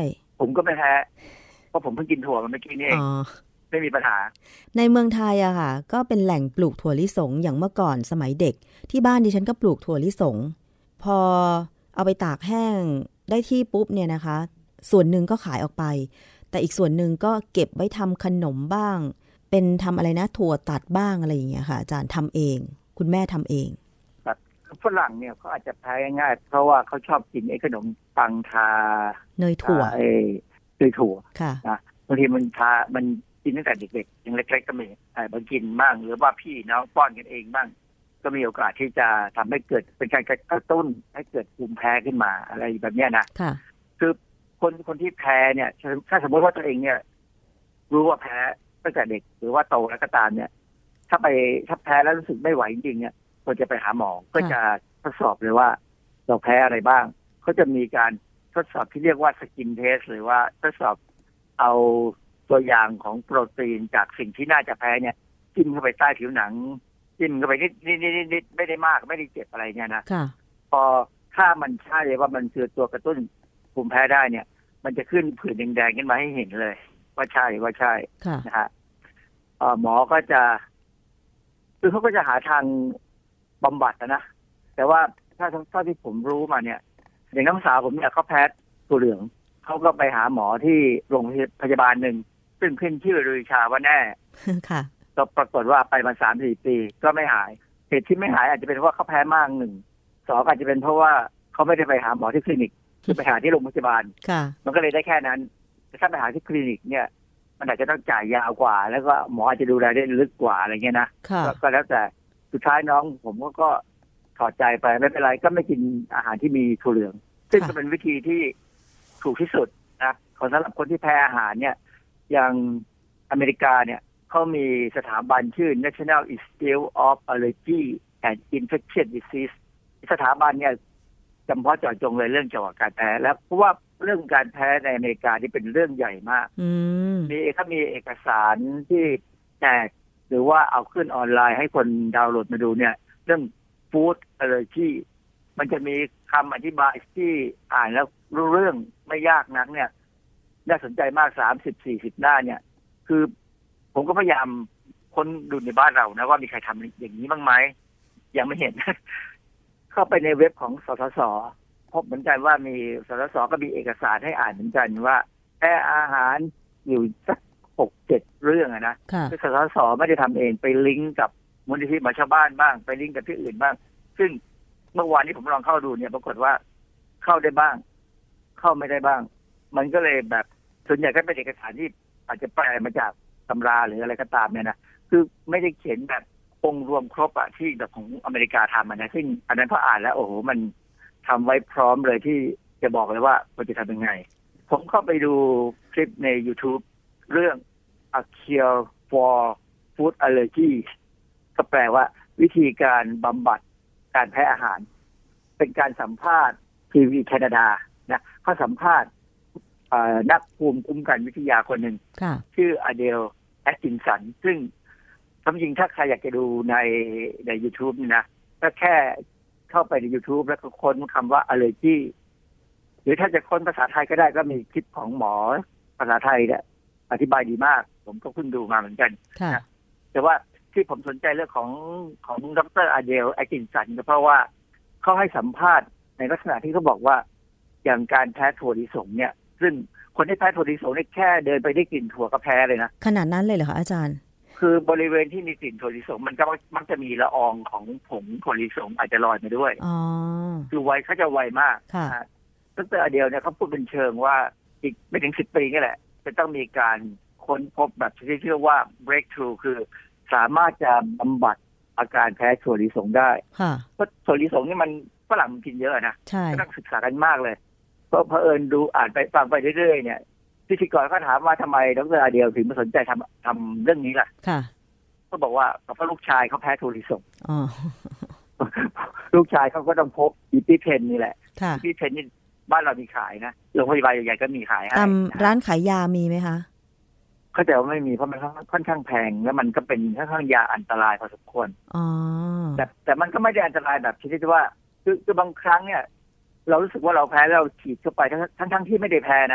ผมก็ไม่แพ้เพราะผมเพิ่งกินถั่วมันเมื่อกี้นี่เองไม่มีปัญหาในเมืองไทยอะค่ะก็เป็นแหล่งปลูกถั่วลิสงอย่างเมื่อก่อนสมัยเด็กที่บ้านดิฉันก็ปลูกถั่วลิสงพอเอาไปตากแห้งได้ที่ปุ๊บเนี่ยนะคะส่วนหนึ่งก็ขายออกไปแต่อีกส่วนหนึ่งก็เก็บไว้ทำขนมบ้างเป็นทำอะไรนะถั่วตัดบ้างอะไรอย่างเงี้ยค่ะอาจารย์ทำเองคุณแม่ทำเองฝรั่งเนี่ยเขาอาจจะแพ้ง่ายเพราะว่าเขาชอบกินไอ้ขนมปังทาเนยถั่วไอ้เนยถั่วนะบางทีมันทามันกินตั้งแต่เด็กๆยังเล็กๆก็มีไอ้บางกินบ้างหรือว่าพี่น้องป้อนกันเองบ้างก็มีโอกาสที่จะทำให้เกิดเป็นการกระตุ้นให้เกิดภูมิแพ้ขึ้นมาอะไรแบบนี้นะคือคนคนที่แพ้เนี่ยถ้าสมมติว่าตัวเองเนี่ยรู้ว่าแพ้ตั้งแต่เด็กหรือว่าโตแล้วก็ตามเนี่ยถ้าไปถ้าแพ้แล้วรู้สึกไม่ไหวจริงๆเนี่ยควรจะไปหาหมอก็จะทดสอบเลยว่าเราแพ้อะไรบ้างเขาจะมีการทดสอบที่เรียกว่าสกินเทสหรือว่าทดสอบเอาตัวอย่างของโปรตีนจากสิ่งที่น่าจะแพ้เนี่ยจิ้มเข้าไปใต้ผิวหนังจิ้มเข้าไปนิดนิดนิดนิดไม่ได้มากไม่ได้เจ็บอะไรเนี่ยนะพอถ้ามันใช่ว่ามันคือตัวกระตุ้นภูมิแพ้ได้เนี่ยมันจะขึ้นผื่นแดงๆขึ้นมาให้เห็นเลยว่าใช่ว่าใช่นะฮะหมอก็จะคือเขาก็จะหาทางบำบัดนะแต่ว่าถ้าถ้าที่ผมรู้มาเนี่ยอย่างน้องสาวผมเนี่ยเขาแพ้ตัวเหลืองเขาก็ไปหาหมอที่โรงพยาบาลหนึ่งซึ่งขึ้นชื่อลือชาว่าแน่ค่ะก็ปรากฏว่าไปมาสามสี่ปีก็ไม่หายเหตุที่ไม่หายอาจจะเป็นเพราะเขาแพ้มากหนึ่งสองอาจจะเป็นเพราะว่าเขาไม่ได้ไปหาหมอที่คลินิกคือไปหาที่โรงพยาบาลมันก็เลยได้แค่นั้นแต่ถ้าไปหาที่คลินิกเนี่ยมันอาจจะต้องจ่ายยาวกว่าแล้วก็หมออาจจะดูแลได้ลึกกว่าอะไรเงี้ยนะก็แล้วแต่สุดท้ายน้องผมก็ถอดใจไปไม่เป็นไรก็ไม่กินอาหารที่มีถั่วเหลืองซึ่งจะเป็นวิธีที่ถูกที่สุดนะของสำหรับคนที่แพ้อาหารเนี่ยอย่างอเมริกาเนี่ยเขามีสถาบันชื่อ National Institute of Allergy and Infectious Disease สถาบันเนี่ยจำเพาะเจาะจงเลยเรื่องเกี่ยวกับการแพ้แล้วเพราะว่าเรื่องการแพ้ในอเมริกาที่เป็นเรื่องใหญ่มากมีเขามีเอกสารที่แจกหรือว่าเอาขึ้นออนไลน์ให้คนดาวน์โหลดมาดูเนี่ยเรื่อง food allergy มันจะมีคำอธิบายที่อ่านแล้วรู้เรื่องไม่ยากนักเนี่ยน่าสนใจมากสามสิบสี่สิบหน้าเนี่ยคือผมก็พยายามค้นดูในบ้านเรานะว่ามีใครทำอย่างนี้บ้างไหมยังไม่เห็น เข้าไปในเว็บของสสสพบเหมือนกันว่ามีสสสก็มีเอกสารให้อ่านเหมือนกันว่าแพ้อาหารอยู่สักหกเจ็ดเรื่องนะคือสสสไม่ได้ทำเองไปลิงก์กับมูลนิธิหมอชาวบ้านบ้างไปลิงก์กับที่อื่นบ้างซึ่งเมื่อวานนี้ผมลองเข้าดูเนี่ยปรากฏว่าเข้าได้บ้างเข้าไม่ได้บ้างมันก็เลยแบบส่วนใหญ่ก็เป็นเอกสารที่อาจจะแปลมาจากตำราหรืออะไรก็ตามเนี่ยนะคือไม่ได้เขียนแบบองค์รวมครบอะที่แบบของอเมริกาทำนะซึ่งอันนั้นพออ่านแล้วโอ้โหมันทำไว้พร้อมเลยที่จะบอกเลยว่าควรจะทำยังไงผมเข้าไปดูคลิปใน YouTube เรื่อง A Cure for Food Allergy ก็แปลว่าวิธีการบำบัดการแพ้อาหารเป็นการสัมภาษณ์ทีวีแคนาดานะเขาสัมภาษณ์นักภูมิคุ้มกันวิทยาคนหนึ่งชื่ออเดลแอตคินสันซึ่งความจริงถ้าใครอยากจะดูในใน YouTube นี่นะก็แค่เข้าไปใน YouTube แล้วก็ค้นคำว่า allergy หรือถ้าจะค้นภาษาไทยก็ได้ก็มีคลิปของหมอภาษาไทยเนี่ยอธิบายดีมากผมก็เพิ่งดูมาเหมือนกันนะแต่ว่าที่ผมสนใจเรื่องของของดร.อเดลแอตคินสันก็เพราะว่าเขาให้สัมภาษณ์ในลักษณะที่เขาบอกว่าอย่างการแพ้ถั่วลิสงเนี่ยซึ่งคนที่แพ้ถั่วลิสงเนี่ยแค่เดินไปได้กลิ่นถั่วก็แพ้เลยนะขนาดนั้นเลยเหรอคะอาจารย์คือบริเวณที่มีกลิ่นถั่วลิสงมันก็มักจะมีละอองของผงถั่วลิสงอาจจะลอยมาด้วยอ๋อคือไวเขาจะไวมากค่ะดร.อเดลเนี่ยเขาพูดเป็นเชิงว่าอีกไม่ถึงสิบปีนี่แหละจะต้องมีการค้นพบแบบที่เรียกว่า breakthrough คือสามารถจะบำบัดอาการแพ้ถั่วลิสงได้เพราะถั่วลิสงนี่มันฝรั่งมันกินเยอะนะก็ต้องศึกษากันมากเลยเพราะเผอิญดูอ่านไปฟังไปเรื่อยๆเนี่ยพิธีกรก็ถามว่าทำไมดร.อเดลถึงมาสนใจทำทำเรื่องนี้ล่ะก็บอกว่าเพราะลูกชายเขาแพ้ถั่วลิสงลูกชายเขาก็ต้องพบอีพิเพนนี่แหละอีพิเพนนี่บ้านเรามีขายนะโรงพยาบาลใหญ่ๆก็มีขายให้ตามร้านขายยามีไหมคะเข้าใจว่าไม่มีเพราะมันค่อนข้างแพงแล้วมันก็เป็นค่อนข้างยาอันตรายพอสมควรแต่แต่มันก็ไม่ได้อันตรายแบบที่ที่ว่าคือคือบางครั้งเนี่ยเรารู้สึกว่าเราแพ้แล้วเราฉีดเข้าไปทั้งทั้งที่ไม่ได้แพ้นะ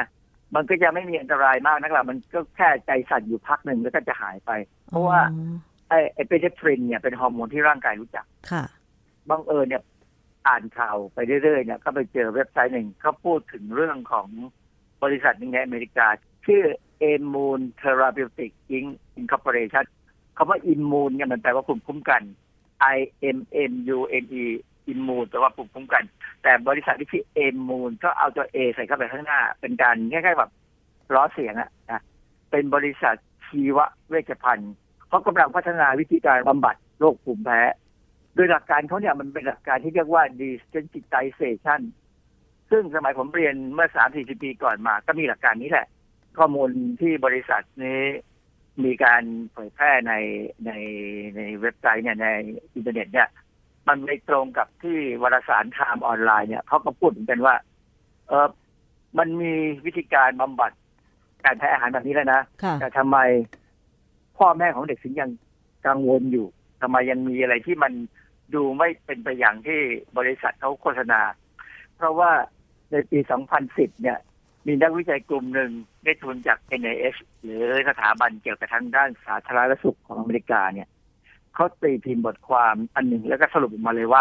มันก็จะไม่มีอันตรายมากนักหรอกมันก็แค่ใจสั่นอยู่พักหนึ่งแล้วก็จะหายไปเพราะว่าไอ้เอพิเนฟรินเนี่ยเป็นฮอร์โมนที่ร่างกายรู้จักค่ะบังเอิญเนี่ยอ่านข่าวไปเรื่อยๆเนี่ยก็ไปเจอเว็บไซต์หนึ่งเขาพูดถึงเรื่องของบริษัทหนึ่งในอเมริกาชื่อ Immune Therapeutics Incorporation คำว่า Immune เนี่ยมันแปลว่าภูมิคุ้มกัน I M M U N E Immune แปลว่าภูมิคุ้มกันแต่บริษัทที่ชื่อ Immune ก็เอาตัว A ใส่เข้าไปข้างหน้าเป็นการคล้ายๆแบบล้อเสียงอะนะเป็นบริษัทชีวเวชภัณฑ์เขากำลังพัฒนาวิธีการบำบัดโรคภูมิแพ้โดยหลักการเขาเนี่ยมันเป็นหลักการที่เรียกว่า desensitization ซึ่งสมัยผมเรียนเมื่อ สามถึงสี่สิบ ปีก่อนมาก็มีหลักการนี้แหละข้อมูลที่บริษัทนี้มีการเผยแพร่ในในในเว็บไซต์เนี่ยในอินเทอร์เน็ตเนี่ยมันไม่ตรงกับที่วารสารไทม์ออนไลน์เนี่ยเขาก็พูดเหมือนกันว่าเออมันมีวิธีการบำบัดการแพ้อาหารแบบนี้แล้วนะแต่ทำไมพ่อแม่ของเด็กถึงยังกังวลอยู่ทำไมยังมีอะไรที่มันดูไม่เป็นไปอย่างที่บริษัทเขาโฆษณาเพราะว่าในปี สองพันสิบ เนี่ยมีนักวิจัยกลุ่มหนึ่งได้ทุนจาก เอ็น ไอ เอช หรือสถาบันเกี่ยวกับทางด้านสาธารณสุขของอเมริกาเนี่ยเขาตีพิมพ์บทความอันหนึ่งแล้วก็สรุปออกมาเลยว่า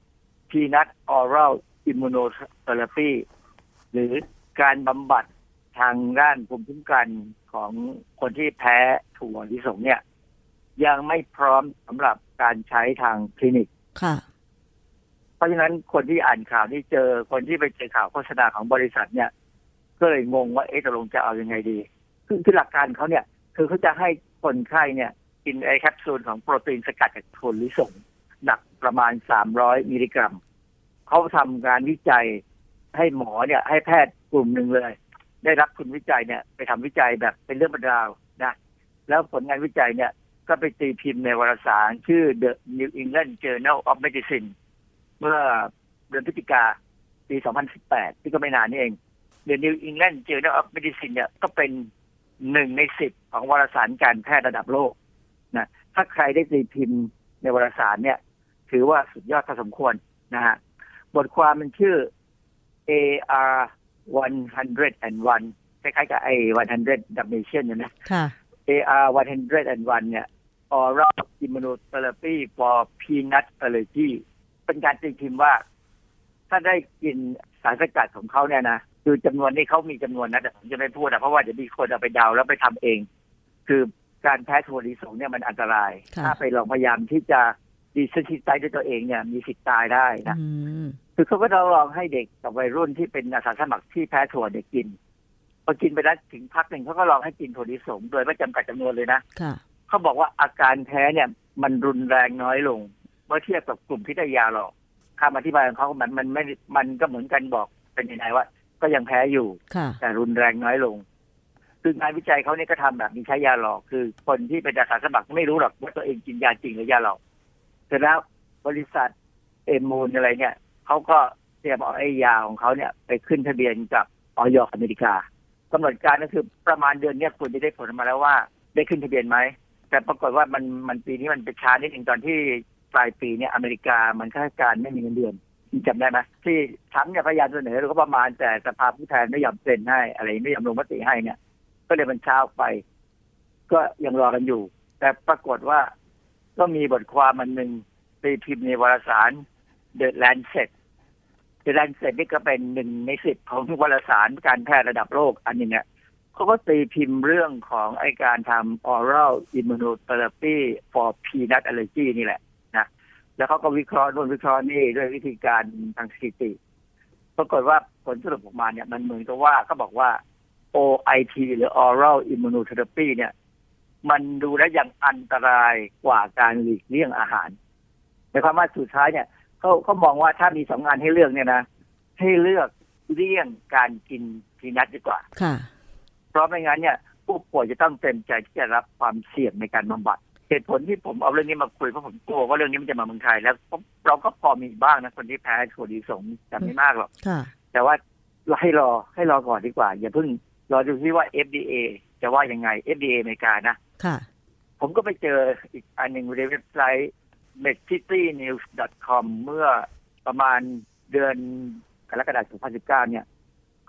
Peanut Oral Immunotherapy หรือการบำบัดทางด้านภูมิคุ้มกันของคนที่แพ้ถั่วลิสงเนี่ยยังไม่พร้อมสำหรับการใช้ทางคลินิกค่ะเพราะฉะนั้นคนที่อ่านข่าวที่เจอคนที่ไปเจอข่าวโฆษณาของบริษัทเนี่ยก็เลยงงว่าเอ๊ะตกลงจะเอายังไงดีคือคือหลักการเขาเนี่ยคือเขาจะให้คนไข้เนี่ยกินไอแคปซูลของโปรตีนสกัดจากถั่วลิสงหนักประมาณสามร้อยมิลลิกรัมเขาทำการวิจัยให้หมอเนี่ยให้แพทย์กลุ่มหนึ่งเลยได้รับทุนวิจัยเนี่ยไปทำวิจัยแบบเป็นเรื่องเป็นราวนะแล้วผลงานวิจัยเนี่ยก็ไปตีพิมพ์ในวารสารชื่อ The New England Journal of Medicine เมื่อเดือนพฤศจิกาปี สองพันสิบแปด ที่ก็ไม่นานนี่เอง The New England Journal of Medicine เนี่ยก็เป็นหนึ่งในสิบของวารสารการแพทย์ระดับโลกนะถ้าใครได้ตีพิมพ์ในวารสารเนี่ยถือว่าสุดยอดพอสมควรนะฮะบทความมันชื่อ เอ อาร์ หนึ่งศูนย์หนึ่งคล้ายๆกับไอ้หนึ่งร้อย Dalmatian เนี่ยนะค่ะเอ อาร์ หนึ่งศูนย์หนึ่งเนี่ย Oral Immunotherapy for Peanut Allergy เป็นการตีพิมพ์ว่าถ้าได้กินสารสกัดของเขาเนี่ยนะคือจำนวนนี้เขามีจำนวนนะแต่ผมจะไม่พูดนะเพราะว่าเดี๋ยวมีคนเอาไปเดาแล้วไปทำเองคือการแพ้ถั่วลิสงเนี่ยมันอันตรายถ้าไปลองพยายามที่จะดีเซนซิไทซ์ด้วยตัวเองเนี่ยมีสิทธิ์ตายได้นะคือเขาก็ลองให้เด็กกับวัยรุ่นที่เป็นอาสาสมัครที่แพ้ถั่วเด็กกินพอกินไปแล้วถึงพักหนึ่งเขาก็ลองให้กินถั่วลิสงโดยไม่จำกัดจำนวนเลยนะเขาบอกว่าอาการแพ้เนี่ยมันรุนแรงน้อยลงเมื่อเทียบกับกลุ่มที่ได้ยาหรอกคำอธิบายของเขามันมันไม่มันก็เหมือนกันบอกเป็นยังไงว่าก็ยังแพ้อยู่แต่รุนแรงน้อยลงคืองานวิจัยเขาเนี่ยก็ทำแบบมีใช้ยาหลอกคือคนที่เป็นอาสาสมัครไม่รู้หรอกว่าตัวเองกินยาจริงหรือยาหลอกเสร็จแล้วบริษัทเอมูนอะไรเนี่ยเขาก็เตรียมเอาไอ้ยาของเขาเนี่ยไปขึ้นทะเบียนกับอย.อเมริกากำหนดการก็คือประมาณเดือนนี้ควรจะได้ผลมาแล้วว่าได้ขึ้นทะเบียนไหมแต่ปรากฏว่ามันมันปีนี้มันไปช้านิดนึงตอนที่ปลายปีเนี่ยอเมริกามันข้าราชการไม่มีเงินเดือนจำได้ไหมที่ทรัมป์เนี่ยพยายามเสนอแล้วก็ประมาณแต่สภาผู้แทนไม่ยอมเซ็นให้อะไรไม่ยอมลงมติให้เนี่ยก็เลยมันช้าไปก็ยังรอกันอยู่แต่ปรากฏว่าก็มีบทความมันหนึ่งตีพิมพ์ในวารสาร The Lancet The Lancet นี่ก็เป็นหนึ่งในสิบของวารสารการแพทย์ระดับโลกอันนี้เนี่ยเขาก็ตีพิมพ์เรื่องของไอการทำ Oral Immunotherapy for Peanut Allergy นี่แหละนะแล้วเขาก็วิเคราะห์นู่นวิเคราะห์นี่ด้วยวิธีการทางสถิติปรากฏว่าผลสรุปออกมาเนี่ยมันเหมือนกับว่าเขาบอกว่า โอ ไอ ที หรือ Oral Immunotherapy เนี่ยมันดูแล้วยังอันตรายกว่าการหลีกเลี่ยงอาหารในความว่าสุดท้ายเนี่ยเขาเขามองว่าถ้ามีสองงานให้เลือกเนี่ยนะให้เลือกเลี่ยงการกินพีนัทดีกว่าค่ะเพราะไม่งั้นเนี่ยผู้ป่วยจะต้องเต็มใจที่จะรับความเสี่ยงในการบำบัดเหตุผลที่ผมเอาเรื่องนี้มาคุยเพราะผมกลัวว่าเรื่องนี้มันจะมาเมืองไทยแล้วเราก็พอมีบ้างนะคนที่แพ้ถั่วลิสงแต่ไม่มากหรอกแต่ว่าเราให้รอให้รอก่อนดีกว่าอย่าเพิ่งรอดูที่ว่า เอฟ ดี เอ จะว่ายังไง เอฟ ดี เอ อเมริกานะค่ะผมก็ไปเจออีกอันหนึ่งในเว็บไซต์ เมดซิตี้นิวส์ ดอท คอม เมื่อประมาณเดือนกรกฎาคม สองพันสิบเก้าเนี่ยเข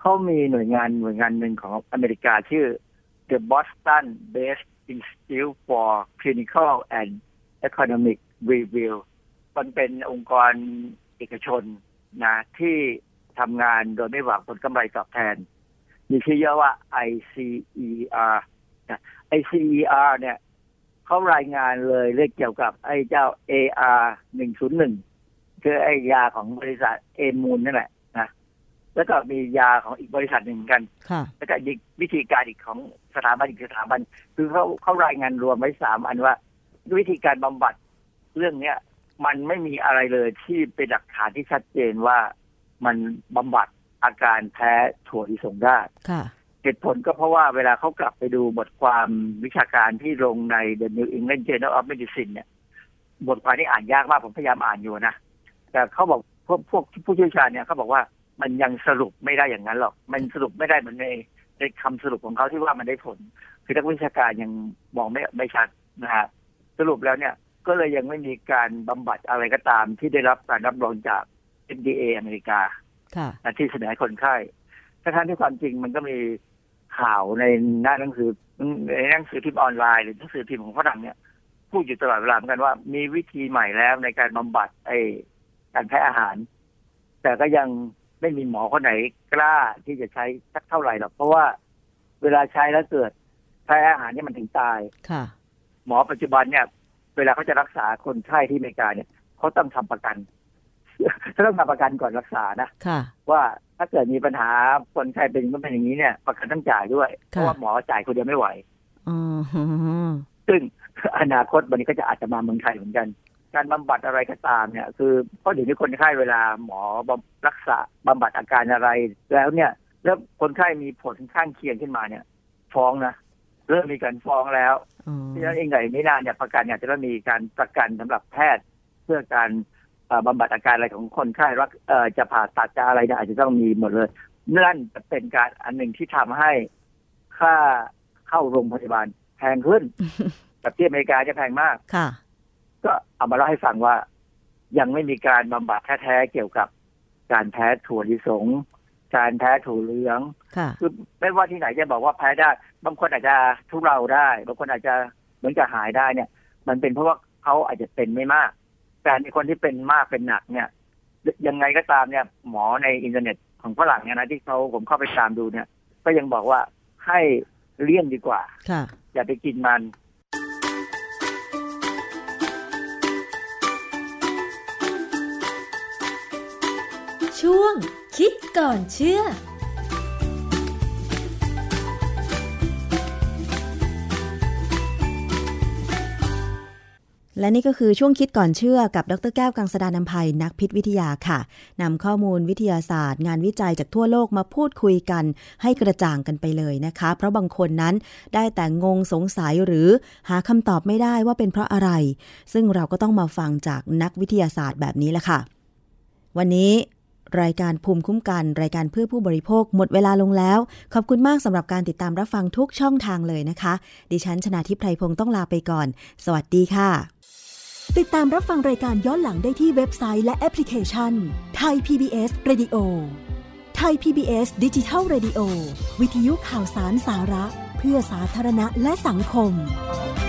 เขามีหน่วยงานหน่วยงานหนึ่งของอเมริกาชื่อ The Boston Based Institute for Clinical and Economic Review มันเป็นองค์กรเอกชนนะที่ทำงานโดยไม่หวังผลกำไรตอบแทนมีชื่อย่อว่า ไอ ซี อี อาร์ นะ ไอ ซี อี อาร์ เนี่ยเขารายงานเลยเรื่องเกี่ยวกับไอ้เจ้า เอ อาร์ หนึ่งศูนย์หนึ่ง คือไอ้ยาของบริษัทเอมูลนั่นแหละนะแล้วก็มียาของอีกบริษัทหนึ่งกันแล้วก็วิธีการอีกของสถาบันอีกสถาบันคือเขาเขารายงานรวมไว้สามอันว่าวิธีการบำบัดเรื่องเนี้ยมันไม่มีอะไรเลยที่เป็นหลักฐานที่ชัดเจนว่ามันบำบัดอาการแพ้ถั่วลิสงได้เหตุผลก็เพราะว่าเวลาเขากลับไปดูบทความวิชาการที่ลงใน The New England Journal of Medicine เนี่ยบทความนี้อ่านยากมากผมพยายามอ่านอยู่นะแต่เขาบอกพวกพวกผู้เชี่ยวชาญเนี่ยเขาบอกว่ามันยังสรุปไม่ได้อย่างนั้นหรอกมันสรุปไม่ได้เหมือนในในคำสรุปของเขาที่ว่ามันได้ผลคือนักวิชาการยังมองไม่ไม่ชัดนะฮะสรุปแล้วเนี่ยก็เลยยังไม่มีการบำบัดอะไรก็ตามที่ได้รับการรับรองจาก เอฟ ดี เอ อเมริกาที่เสนอให้คนไข้ทั้งที่ความจริงมันก็มีข่าวในหน้าหนังสือในหนังสือพิมพ์ออนไลน์หรือหนังสือพิมพ์ของฝรั่งเนี่ยพูดอยู่ตลอดเวลาเหมือนกันว่ามีวิธีใหม่แล้วในการบำบัดไอ้การแพ้อาหารแต่ก็ยังไม่มีหมอคนไหนกล้าที่จะใช้สักเท่าไหร่หรอกเพราะว่าเวลาใช้แล้วเกิดแพ้อาหารนี่มันถึงตายหมอปัจจุบันเนี่ยเวลาเขาจะรักษาคนไข้ที่อเมริกาเนี่ยเขาต้องทำประกันเขาต้องทำประกันก่อนรักษานะว่าถ้าเกิดมีปัญหาคนไข้เป็นก็เป็นอย่างนี้เนี่ยประกันต้องจ่ายด้วยเพราะว่าหมอจ่ายคนเดียวไม่ไหวซึ่งอนาคตวันนี้ก็จะอาจจะมาเมืองไทยเหมือนกันการบำบัดอะไรก็ตามเนี่ยคือเพราะเดี๋ยวนี้คนไข้เวลาหมอรักษาบำบัดอาการอะไรแล้วเนี่ยแล้วคนไข้มีผลข้างเคียงขึ้นมาเนี่ยฟ้องนะเริ่มมีการฟ้องแล้วที่นั้นเองไงไม่นานเนี่ยประกันเนี่ยจะต้องมีการประกันสำหรับแพทย์เพื่อการบำบัดอาการอะไรของคนไข้รักจะผ่าตัดจะอะไรเนี่ยอาจจะต้องมีหมดเลยนั่นจะเป็นการอันหนึ่งที่ทำให้ค่าเข้าโรงพยาบาลแพงขึ้นแบบที่อเมริกาจะแพงมากก็เอามาเล่าให้ฟังว่ายังไม่มีการบำบัดแท้ๆเกี่ยวกับการแพ้ถั่วลิสงการแพ้ถั่วเหลืองคือไม่ว่าที่ไหนจะบอกว่าแพ้ได้บางคนอาจจะทุเลาได้บางคนอาจจะเหมือนจะหายได้เนี่ยมันเป็นเพราะว่าเขาอาจจะเป็นไม่มากแต่ในคนที่เป็นมากเป็นหนักเนี่ยยังไงก็ตามเนี่ยหมอในอินเทอร์เน็ตของฝรั่งเนี่ยนะที่เขาผมเข้าไปตามดูเนี่ยก็ยังบอกว่าให้เลี่ยงดีกว่าอย่าไปกินมันช่วงคิดก่อนเชื่อและนี่ก็คือช่วงคิดก่อนเชื่อกับดร.แก้วกังสดาลอำไพนักพิษวิทยาค่ะนำข้อมูลวิทยาศาสตร์งานวิจัยจากทั่วโลกมาพูดคุยกันให้กระจ่างกันไปเลยนะคะเพราะบางคนนั้นได้แต่งงสงสัยหรือหาคำตอบไม่ได้ว่าเป็นเพราะอะไรซึ่งเราก็ต้องมาฟังจากนักวิทยาศาสตร์แบบนี้แหละค่ะวันนี้รายการภูมิคุ้มกันรายการเพื่อผู้บริโภคหมดเวลาลงแล้วขอบคุณมากสำหรับการติดตามรับฟังทุกช่องทางเลยนะคะดิฉันชนาทิพย์ไพรพงศ์ต้องลาไปก่อนสวัสดีค่ะติดตามรับฟังรายการย้อนหลังได้ที่เว็บไซต์และแอปพลิเคชัน Thai พี บี เอส Radio Thai พี บี เอส Digital Radio วิทยุข่าวสารสาระเพื่อสาธารณะและสังคม